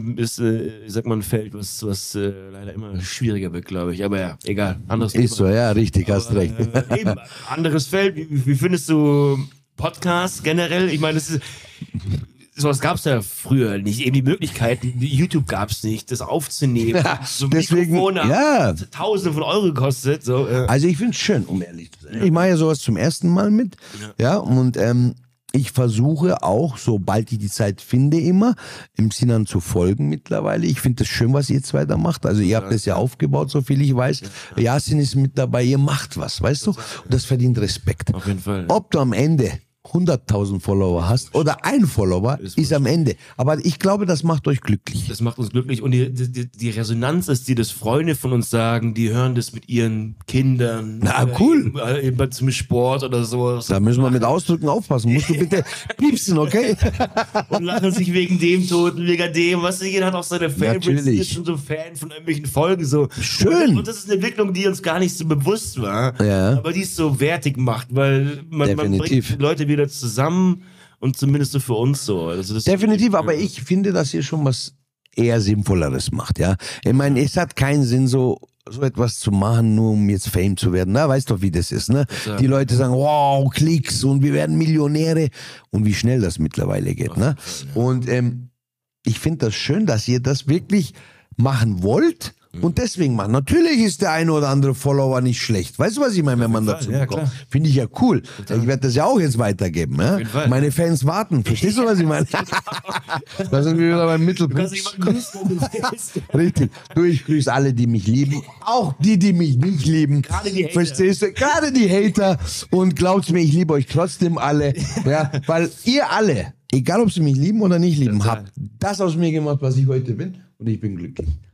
ich sag mal, ein Feld, was leider immer schwieriger wird, glaube ich. Aber ja, egal. Anderes Ist so, ja, richtig, hast recht. Eben, anderes Feld. Wie findest du Podcasts generell? Ich meine, sowas gab es ja früher nicht. Eben die Möglichkeiten, YouTube gab es nicht, das aufzunehmen. Ja, so deswegen, Mikrofone ja. haben Tausende von Euro gekostet. So, Also ich finde es schön, um ehrlich zu sein. Ich mache ja sowas zum ersten Mal mit. Ja, und ich versuche auch, sobald ich die Zeit finde, immer im Sinan zu folgen mittlerweile. Ich finde es schön, was ihr zwei da macht. Also ihr habt das ja aufgebaut, so viel ich weiß. Yasin ist mit dabei, ihr macht was, weißt du? Und das verdient Respekt. Auf jeden Fall. Ob du am Ende 100.000 Follower hast oder ein Follower, ist am Ende. Aber ich glaube, das macht euch glücklich. Das macht uns glücklich und die Resonanz ist, die das Freunde von uns sagen, die hören das mit ihren Kindern. Na, cool. Eben zum Sport oder sowas. Da müssen wir mit Ausdrücken aufpassen. Musst du bitte piepsen, okay? Und lachen sich wegen dem Toten, wegen dem, was jeder hat auch seine Favorites, Natürlich. die ist schon so Fan von irgendwelchen Folgen so. Schön. Und das ist eine Entwicklung, die uns gar nicht so bewusst war, Ja. aber die es so wertig macht, weil man Definitiv. bringt Leute wieder zusammen und zumindest so für uns so. Also das Definitiv, aber ich finde, dass ihr schon was eher Sinnvolleres macht, ja. Ich meine, es hat keinen Sinn, so etwas zu machen, nur um jetzt Fame zu werden. Na, weißt doch, wie das ist, ne? Ja. Die Leute sagen, wow, Klicks und wir werden Millionäre und wie schnell das mittlerweile geht, ne? Und ich finde das schön, dass ihr das wirklich machen wollt. Und deswegen machen. Natürlich ist der eine oder andere Follower nicht schlecht. Weißt du, was ich meine, wenn man Fall, dazu ja, bekommt? klar. Finde ich ja cool. Ich werde das ja auch jetzt weitergeben. Ja? jeden Fall. Meine Fans warten. Verstehst du, was ich meine? Da sind wir wieder beim Du Mittelpunkt. kannst jemanden grüßen, wenn du willst. Richtig. Du, ich grüße alle, die mich lieben. Auch die mich nicht lieben. Gerade die Hater. Verstehst du? Gerade die Hater. Und glaubt's mir, ich liebe euch trotzdem alle. Ja, weil ihr alle, egal ob sie mich lieben oder nicht lieben, Total. habt das aus mir gemacht, was ich heute bin. Und ich bin glücklich.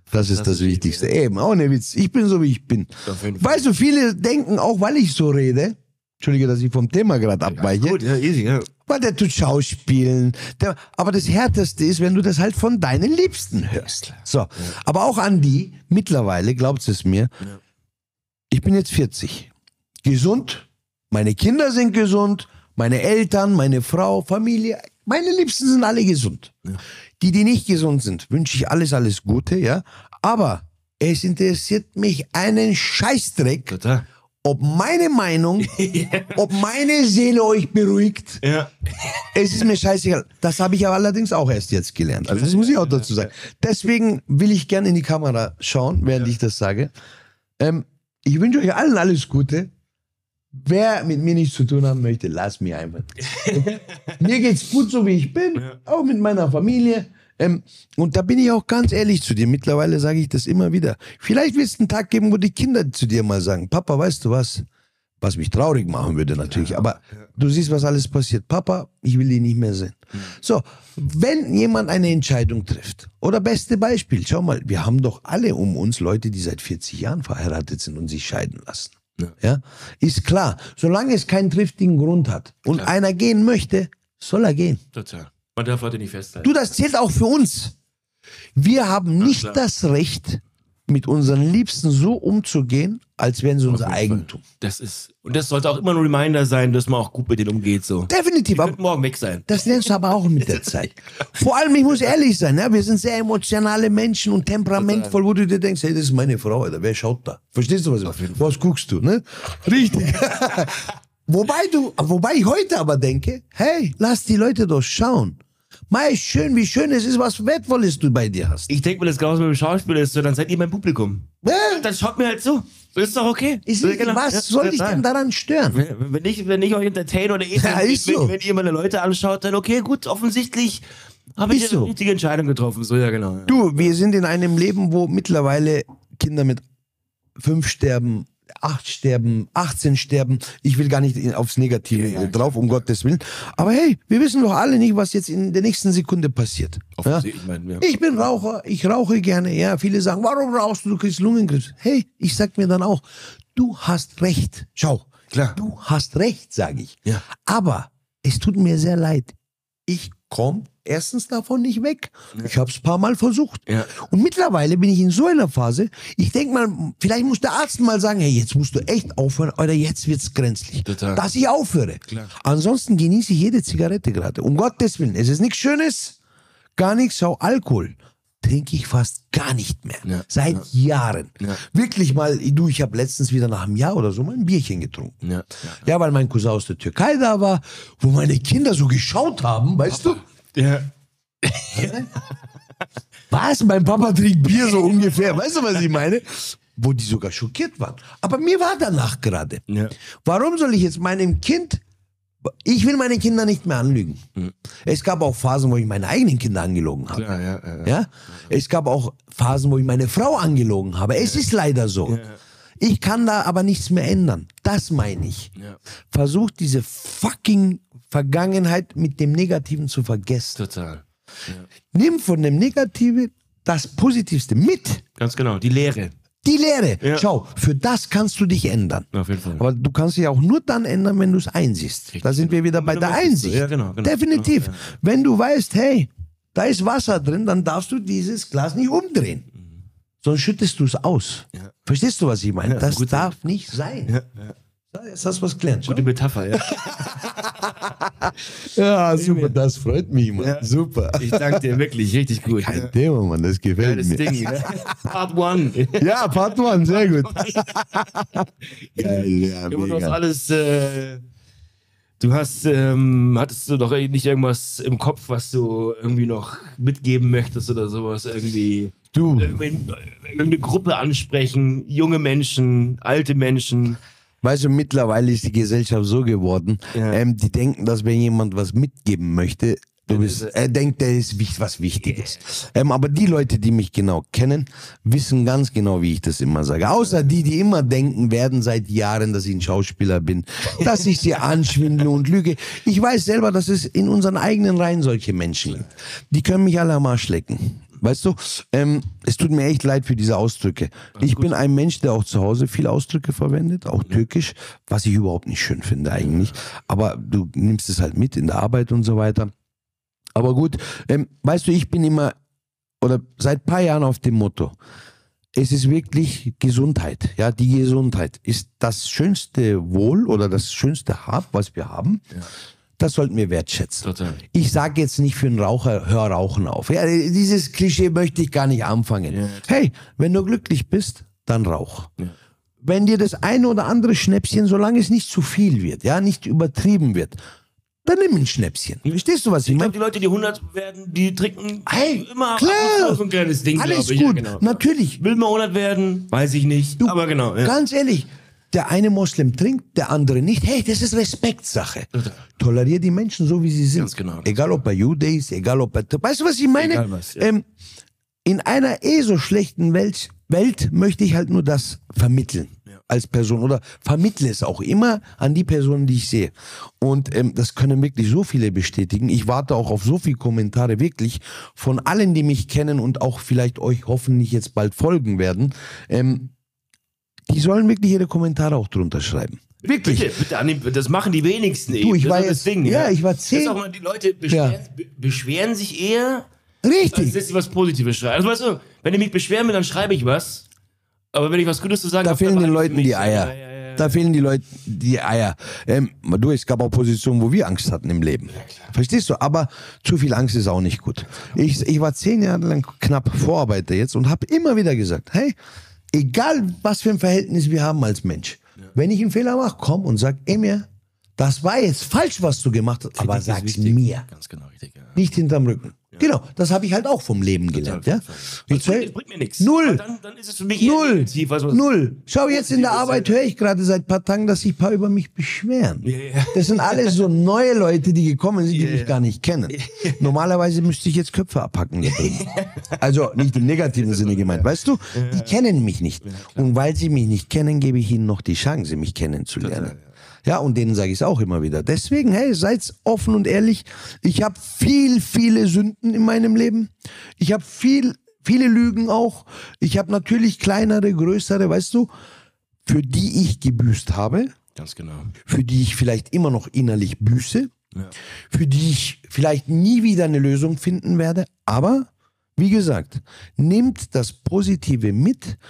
Das ist das Wichtigste. Eben, ohne Witz. Ich bin so, wie ich bin. Auf jeden Fall. Weißt du, viele denken auch, weil ich so rede, Entschuldige, dass ich vom Thema gerade abweiche, Gut, ja, easy, ja. weil der tut Schauspielen. Aber das Härteste ist, wenn du das halt von deinen Liebsten hörst. So, aber auch an die, mittlerweile, glaubt es mir, ich bin jetzt 40. Gesund, meine Kinder sind gesund, meine Eltern, meine Frau, Familie, meine Liebsten sind alle gesund. Ja. Die nicht gesund sind, wünsche ich alles Gute, ja. Aber es interessiert mich einen Scheißdreck, Total. ob meine Meinung, ob meine Seele euch beruhigt. Ja. Es ist mir scheißegal. Das habe ich aber allerdings auch erst jetzt gelernt. Also das muss ich auch dazu sagen. Deswegen will ich gerne in die Kamera schauen, während ich das sage. Ich wünsche euch allen alles Gute. Wer mit mir nichts zu tun haben möchte, lass mich einfach. Mir geht's gut, so wie ich bin, auch mit meiner Familie. Und da bin ich auch ganz ehrlich zu dir. Mittlerweile sage ich das immer wieder. Vielleicht wird es einen Tag geben, wo die Kinder zu dir mal sagen, Papa, weißt du was? Was mich traurig machen würde natürlich. Aber du siehst, was alles passiert. Papa, ich will dich nicht mehr sehen. So, wenn jemand eine Entscheidung trifft, oder beste Beispiel, schau mal, wir haben doch alle um uns Leute, die seit 40 Jahren verheiratet sind und sich scheiden lassen. Ja, ist klar. Solange es keinen triftigen Grund hat und einer gehen möchte, soll er gehen. Total. Man darf heute nicht festhalten. Du, das zählt auch für uns. Wir haben nicht das Recht, mit unseren Liebsten so umzugehen, als wären sie unser Eigentum. Und das sollte auch immer ein Reminder sein, dass man auch gut mit denen umgeht. So. Definitiv. Die könnten morgen weg sein. Das lernst du aber auch mit der Zeit. Vor allem, ich muss ehrlich sein, ja, wir sind sehr emotionale Menschen und temperamentvoll, wo du dir denkst, hey, das ist meine Frau, Alter, wer schaut da? Verstehst du, was ich meine? Was guckst du, ne? Richtig. Wobei ich heute aber denke, hey, lass die Leute doch schauen. Mei, schön, wie schön es ist, was Wertvolles du bei dir hast. Ich denke mir das genauso mit dem Schauspieler ist, so, dann seid ihr mein Publikum. Ja. Dann schaut mir halt zu. Das ist doch okay. Was soll dich denn daran stören? Wenn ich euch entertain oder wenn ihr meine Leute anschaut, dann okay, gut, offensichtlich habe ich eine richtige Entscheidung getroffen. So, ja, genau. Ja. Du, wir sind in einem Leben, wo mittlerweile Kinder mit 5 sterben, 8 sterben, 18 sterben. Ich will gar nicht aufs Negative drauf, um Gottes Willen. Aber hey, wir wissen doch alle nicht, was jetzt in der nächsten Sekunde passiert. Ja? Ich bin Raucher, ich rauche gerne. Ja, viele sagen, warum rauchst du? Du kriegst Lungenkrebs. Hey, ich sag mir dann auch, du hast recht. Schau, du hast recht, sage ich. Ja. Aber es tut mir sehr leid. Ich komme erstens davon nicht weg. Ich habe es ein paar Mal versucht. Ja. Und mittlerweile bin ich in so einer Phase, ich denke mal, vielleicht muss der Arzt mal sagen, hey, jetzt musst du echt aufhören oder jetzt wird's grenzlich. Total. Dass ich aufhöre. Klar. Ansonsten genieße ich jede Zigarette gerade. Um Gottes Willen. Es ist nichts Schönes, gar nichts. Schau, Alkohol trinke ich fast gar nicht mehr. Ja. Seit Jahren. Ja. Wirklich mal, ich habe letztens wieder nach einem Jahr oder so mal ein Bierchen getrunken. Ja, weil mein Cousin aus der Türkei da war, wo meine Kinder so geschaut haben, weißt du? Ja. Was? Mein Papa trinkt Bier so ungefähr. Weißt du, was ich meine? Wo die sogar schockiert waren. Aber mir war danach gerade. Ja. Warum soll ich jetzt meinem Kind... Ich will meine Kinder nicht mehr anlügen. Mhm. Es gab auch Phasen, wo ich meine eigenen Kinder angelogen habe. Ja? Es gab auch Phasen, wo ich meine Frau angelogen habe. Es ist leider so. Ja. Ich kann da aber nichts mehr ändern. Das meine ich. Ja. Versucht diese fucking Vergangenheit mit dem Negativen zu vergessen. Total. Ja. Nimm von dem Negativen das Positivste mit. Ganz genau, die Lehre. Die Lehre. Ja. Schau, für das kannst du dich ändern. Auf jeden Fall. Aber du kannst dich auch nur dann ändern, wenn du es einsiehst. Richtig. Da sind wir wieder bei der Einsicht. Ja, genau, definitiv. Genau, ja. Wenn du weißt, hey, da ist Wasser drin, dann darfst du dieses Glas nicht umdrehen. Mhm. Sonst schüttest du es aus. Ja. Verstehst du, was ich meine? Ja, das darf nicht sein. Ja, ja. Jetzt hast du was gelernt. Gute Metapher, ja. Ja, super, das freut mich, Mann. Ja. Super. Ich danke dir wirklich, richtig gut. Kein Thema, Mann, das gefällt mir. Ding, ja. Part 1. Ja, Part 1, sehr gut. Geil, ja, du hast alles, hattest du doch nicht irgendwas im Kopf, was du irgendwie noch mitgeben möchtest oder sowas, irgendwie... Du. Irgendeine Gruppe ansprechen, junge Menschen, alte Menschen... Weißt du, mittlerweile ist die Gesellschaft so geworden, die denken, dass wenn jemand was mitgeben möchte, er denkt, der ist was Wichtiges. Aber die Leute, die mich genau kennen, wissen ganz genau, wie ich das immer sage. Außer die immer denken werden seit Jahren, dass ich ein Schauspieler bin, dass ich sie anschwindle und lüge. Ich weiß selber, dass es in unseren eigenen Reihen solche Menschen gibt. Die können mich alle am Arsch lecken. Weißt du, es tut mir echt leid für diese Ausdrücke. Ich bin ein Mensch, der auch zu Hause viele Ausdrücke verwendet, auch Türkisch, was ich überhaupt nicht schön finde eigentlich. Aber du nimmst es halt mit in der Arbeit und so weiter. Aber gut, weißt du, ich bin immer, oder seit ein paar Jahren auf dem Motto, es ist wirklich Gesundheit. Ja, die Gesundheit ist das schönste Wohl oder das schönste Hab, was wir haben. Ja. Das sollten wir wertschätzen. Total. Ich sage jetzt nicht für einen Raucher, hör Rauchen auf. Ja, dieses Klischee möchte ich gar nicht anfangen. Ja. Hey, wenn du glücklich bist, dann rauch. Ja. Wenn dir das eine oder andere Schnäpschen, solange es nicht zu viel wird, ja, nicht übertrieben wird, dann nimm ein Schnäpschen. Verstehst du, was ich meine? Die Leute, die 100 werden, die trinken immer klar, so ein kleines Ding. Alles gut, ja, genau. Natürlich. Will man 100 werden? Weiß ich nicht. Aber genau. Ja. Ganz ehrlich, der eine Moslem trinkt, der andere nicht. Hey, das ist Respektsache. Tolerier die Menschen so, wie sie sind. Ganz genau. Egal, ob er Jude ist, egal, ob er... Weißt du, was ich meine? Egal was, ja. In einer so schlechten Welt möchte ich halt nur das vermitteln. Als Person oder vermittle es auch immer an die Personen, die ich sehe. Und das können wirklich so viele bestätigen. Ich warte auch auf so viele Kommentare wirklich von allen, die mich kennen und auch vielleicht euch hoffentlich jetzt bald folgen werden. Die sollen wirklich ihre Kommentare auch drunter schreiben. Wirklich. Bitte, das machen die wenigsten. Du, ich war jetzt, Ding, ja, ich war 10. Das ist auch mal, die Leute beschweren sich eher, richtig, als dass sie was Positives schreiben. Also weißt du, wenn ich mich beschweren will, dann schreibe ich was. Aber wenn ich was Gutes zu sagen habe, da fehlen den Leuten die Eier. Ja. Da fehlen die Leute die Eier. Du, es gab auch Positionen, wo wir Angst hatten im Leben. Ja, verstehst du? Aber zu viel Angst ist auch nicht gut. Ich war 10 Jahre lang knapp Vorarbeiter jetzt und habe immer wieder gesagt, hey, egal was für ein Verhältnis wir haben als Mensch, wenn ich einen Fehler mache, komm und sag, Emir, das war jetzt falsch, was du gemacht hast, aber sag's mir. Ganz genau, richtig. Ja. Nicht hinterm Rücken. Ja. Genau, das habe ich halt auch vom Leben gelernt. Ja? Das bringt mir nichts. Null. Dann ist es für mich negativ, Null. Schau, jetzt in der Arbeit höre ich gerade seit ein paar Tagen, dass sich ein paar über mich beschweren. Yeah. Das sind alles so neue Leute, die gekommen sind, die mich gar nicht kennen. Normalerweise müsste ich jetzt Köpfe abhacken. Also nicht im negativen Sinne gemeint. Weißt du, die kennen mich nicht. Und weil sie mich nicht kennen, gebe ich ihnen noch die Chance, mich kennenzulernen. Ja, und denen sage ich es auch immer wieder. Deswegen, hey, seid offen und ehrlich. Ich habe viele Sünden in meinem Leben. Ich habe viele Lügen auch. Ich habe natürlich kleinere, größere, weißt du, für die ich gebüßt habe. Ganz genau. Für die ich vielleicht immer noch innerlich büße. Ja. Für die ich vielleicht nie wieder eine Lösung finden werde. Aber, wie gesagt, nehmt das Positive mit.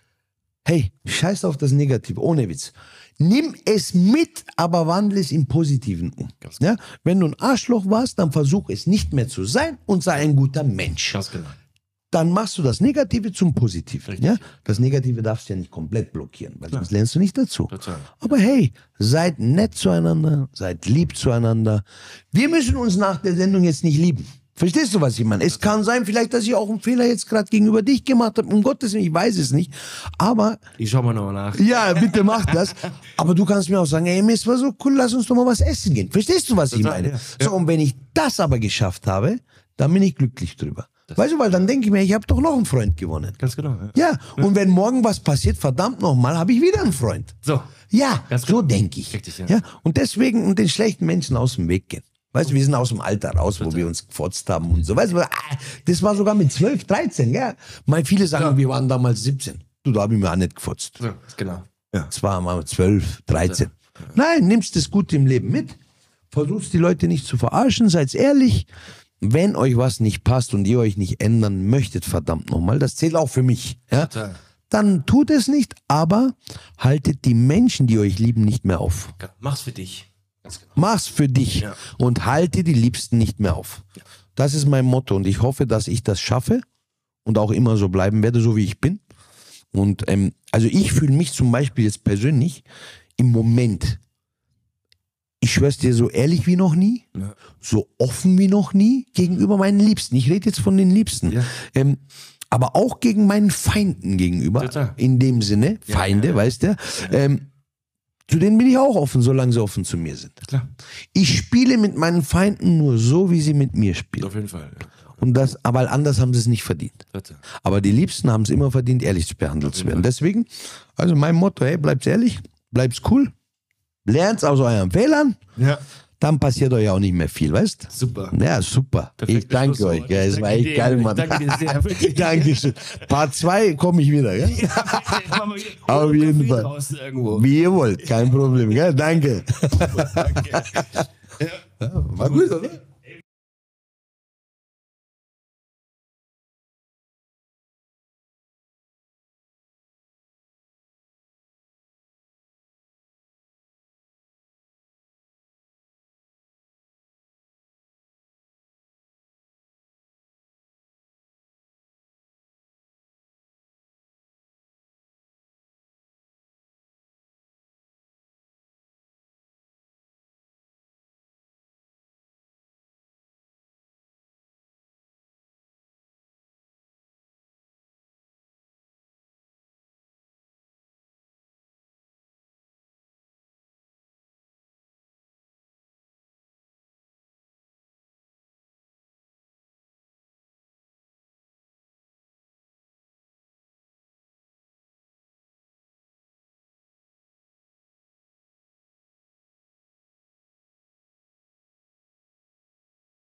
Hey, scheiß auf das Negative, ohne Witz. Nimm es mit, aber wandle es im Positiven um. Ja? Wenn du ein Arschloch warst, dann versuch es nicht mehr zu sein und sei ein guter Mensch. Ganz genau. Dann machst du das Negative zum Positiven. Ja? Das Negative darfst du ja nicht komplett blockieren, weil sonst lernst du nicht dazu. Total. Aber hey, seid nett zueinander, seid lieb zueinander. Wir müssen uns nach der Sendung jetzt nicht lieben. Verstehst du, was ich meine? Es kann sein, vielleicht, dass ich auch einen Fehler jetzt gerade gegenüber dich gemacht habe. Um Gottes Willen, ich weiß es nicht. Aber... Ich schau mal nochmal nach. Ja, bitte mach das. Aber du kannst mir auch sagen, ey, mir ist so cool, lass uns doch mal was essen gehen. Verstehst du, was ich meine? Ja. So, und wenn ich das aber geschafft habe, dann bin ich glücklich drüber. Weißt du, weil dann denke ich mir, ich habe doch noch einen Freund gewonnen. Ganz genau. Ja, und wenn morgen was passiert, verdammt nochmal, habe ich wieder einen Freund. So. Ja, so denke ich. Richtig, ja. Und deswegen und den schlechten Menschen aus dem Weg gehen. Weißt du, wir sind aus dem Alter raus, wo wir uns gefotzt haben und so. Weißt du, das war sogar mit 12, 13, ja. Viele sagen, wir waren damals 17. Du, da habe ich mir auch nicht gefotzt. Ja, genau. Ja. Das war mal 12, 13. Ja. Nein, nimmst das Gute im Leben mit. Versuchst die Leute nicht zu verarschen, seid ehrlich. Wenn euch was nicht passt und ihr euch nicht ändern möchtet, verdammt nochmal, das zählt auch für mich. Ja? Dann tut es nicht, aber haltet die Menschen, die euch lieben, nicht mehr auf. Mach's für dich. Genau. Mach's für dich und halte die Liebsten nicht mehr auf. Ja. Das ist mein Motto und ich hoffe, dass ich das schaffe und auch immer so bleiben werde, so wie ich bin. Und also ich fühle mich zum Beispiel jetzt persönlich im Moment, ich schwör's dir, so ehrlich wie noch nie, so offen wie noch nie gegenüber meinen Liebsten. Ich rede jetzt von den Liebsten. Ja. Aber auch gegen meinen Feinden gegenüber. Total. In dem Sinne, Feinde, weißt du. Ja. Zu denen bin ich auch offen, solange sie offen zu mir sind. Klar. Ich spiele mit meinen Feinden nur so, wie sie mit mir spielen. Auf jeden Fall. Ja. Und das, aber anders haben sie es nicht verdient. Bitte. Aber die Liebsten haben es immer verdient, ehrlich behandelt zu werden. Deswegen, also mein Motto, hey, bleibt ehrlich, bleibt's cool, lernt's aus euren Fehlern, dann passiert euch auch nicht mehr viel, weißt? Super. Ja, super. Perfektes Ich danke Schlusswort. euch. Gell? Es war echt dir, geil, Mann. Ich danke dir sehr. Wirklich. Dankeschön. Part 2 komme ich wieder, gell? Machen wir hier Auf jeden Kaffee Fall. draußen irgendwo. Wie ihr wollt, kein Problem, gell? Danke. Danke. War gut, oder?